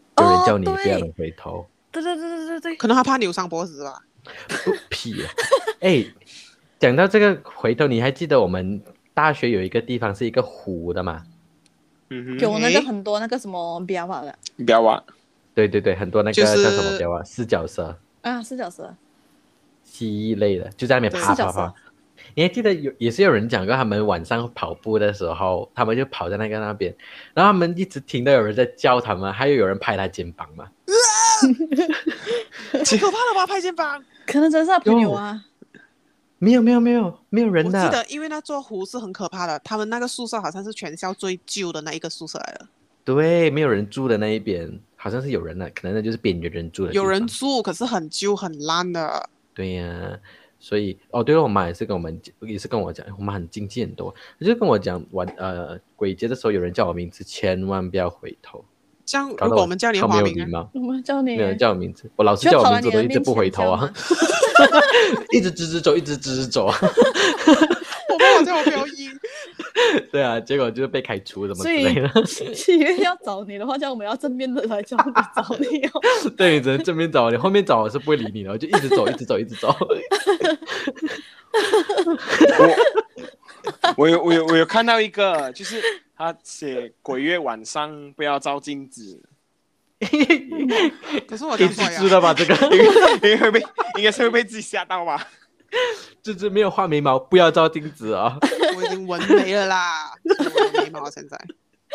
叫你对不要能回头。 对对对对对对， 可能他怕扭伤脖子吧。 屁啊！哎，讲到这个回头，你还记得我们大学有一个地方是一个湖的吗？ 有那个很多那个什么标法的你不要玩。 对对对，很多那个就是叫什么标啊？四脚蛇、 啊，四脚蛇， 蜥蜴类的，就在那边对爬四脚蛇爬爬。你还记得也是有人讲过，他们晚上跑步的时候，他们就跑在那边，然后他们一直听到有人在叫他们，还有人拍他肩膀嘛。 太可怕了吧，拍肩膀！ 可能真是他朋友啊。 没有人的。 我记得，因为那座湖是很可怕的，他们那个宿舍好像是全校最旧的那一个宿舍来的。 对，没有人住的那一边，好像是有人的，可能那就是边缘人住的地方。 有人住，可是很旧很烂的。 对呀、所以对了，我妈也是跟我讲，我妈很经济很多，她就跟我讲鬼节的时候有人叫我名字，千万不要回头。 这样， 搞得如果我们叫你超没花名啊， 有礼貌， 我们叫你没有人叫我名字，我老师叫我名字都一直不回头啊，一直直走，一直直走啊。 我爸爸叫我不要赢。 对啊，结果就是被开除什么所以之类的。 七月要找你的话，叫我们要正面的来找你哦。 对，你只能正面找，你后面找我是不会理你的，我就一直走，一直走，一直走。 我有看到一个，就是他写鬼月晚上不要照镜子， 可是我可以讲错呀， 知道吧？这个应该是会被自己吓到吧？ 就是没有画眉毛，不要照镜子啊、 我已经纹眉了啦，我的眉毛现在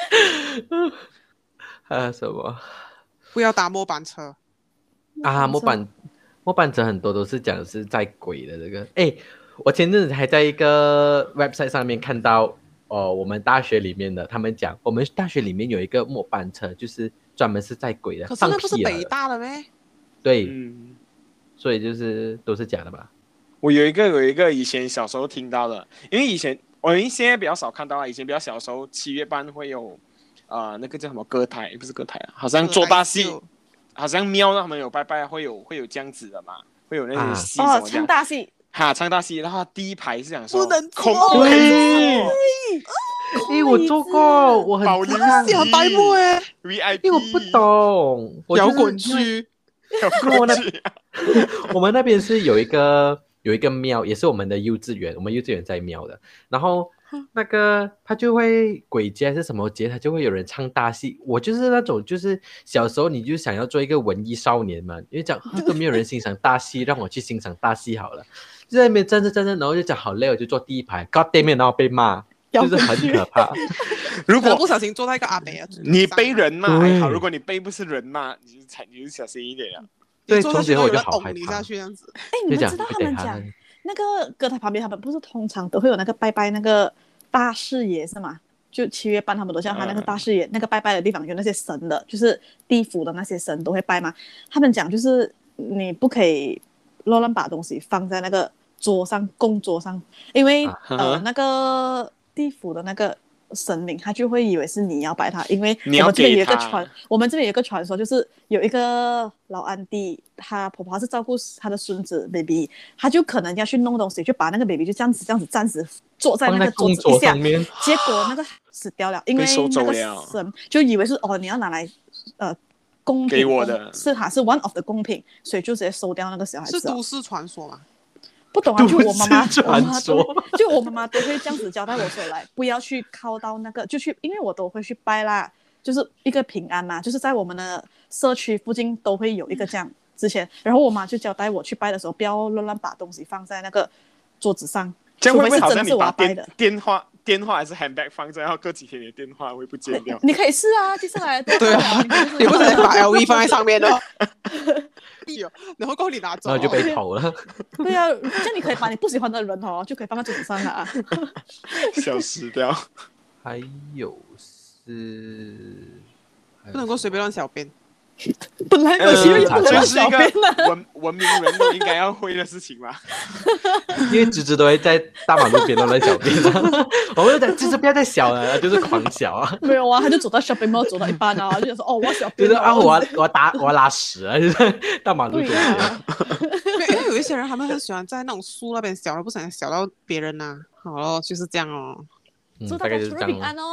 还有什么不要搭末班车。 啊？末班车很多都是讲的是在鬼的这个。哎，我前阵子还在一个 website 上面看到，我们大学里面的他们讲，我们大学里面有一个末班车，就是专门是在鬼的。 可是那不是放屁了北大的咩？ 对， 嗯， 所以就是都是假的吧？ 我有一个以前小时候听到的，因为现在比较少看到啊，以前比较小的时候7月半会有那个叫什么歌台，不是歌台啊，好像做大戏，好像庙他们有拜拜，会有这样子的嘛，会有那些戏什么这唱样。 大戏， 唱大戏，然后第一排是讲说不能空做对，我做过，我很保留你很白目哎， VIP， 因为我不懂摇滚区。 摇滚区， 我们那边是有一个庙，也是我们的幼稚园，我们幼稚园在庙的。然后那个他就会鬼节还是什么节，他就会有人唱大戏。我就是那种，就是小时候你就想要做一个文艺少年嘛，因为讲都没有人欣赏大戏，让我去欣赏大戏好了。就在那边站着，然后就讲好累，我就坐第一排，God damn it，然后被骂，就是很可怕。 如果可能不小心坐在一个阿北啊， 你背人骂对还好，如果你背不是人骂，你就小心一点啊。 对， 坐下从此以后我去有人就好害怕拱你下。去这样子。 哎，你就讲们知道他们不讲那个歌台旁边，他们不是通常都会有那个拜拜那个大视野是吗？就7月半，他们都叫他那个大视野，那个拜拜的地方有那些神的，就是地府的那些神都会拜嘛。他们讲就是你不可以乱把东西放在那个桌上供桌上，因为那个地府的那个神明他就会以为是你要拜他，因为你要我们这边有一个给他传，我们这边有一个传说，就是有一个老安迪，她婆婆是照顾她的孙子 baby， 她就可能要去弄东西，就把那个 baby 就这样子暂时坐在那个桌子一下，结果那个死掉了，因为那个神就以为是你要拿来公平给我的， 是one of 的公平，所以就直接收掉那个小孩子。 是都市传说吗？ 不懂啊，就我妈妈都会这样子交代我说，来不要去靠到那个，就去，因为我都会去拜啦，就是一个平安嘛，就是在我们的社区附近都会有一个这样。之前，然后我妈就交代我去拜的时候，不要乱把东西放在那个桌子上， 这样会不会好像你把电话还是 handbag 放着，然后过几天你的电话会不见掉？ 你可以试啊，接下来对啊，你不能把 LV 放在上面哦。然后过后你拿走， 然后就被偷了。 对啊，这样你可以把你不喜欢的人就可以放在桌子上了啊。 消失掉。 还有是不能够随便乱小便。 本来有些人也不能乱小便的，文明人都应该要会的事情吧。 因为芝芝都会在大马路边乱小便我们就讲芝芝不要再小了，就是狂小啊。 没有啊，他就走到 shopping mall 走到一半啊，就想说我要小便， 就是我要拉屎啊，就是大马路中间。 因为有一些人他们很喜欢在那种树那边小，不想小到别人呐。好咯，就是这样哦。 祝大家出入平安哦。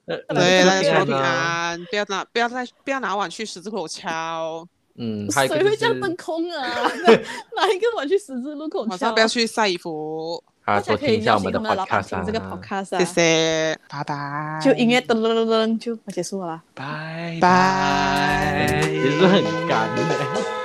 对，大家出入平平安安，不要拿碗去十字路口敲， 还有一个就谁会这样登是空啊？哪一个晚去十字路口敲晚上不要去晒衣服。 大多家可以邀听一下我们的请他们的老板 podcast 听这个啊， podcast 谢啊， 谢，拜拜。 就音乐噔噔噔噔就结束了啦。 拜拜。 也是很干的。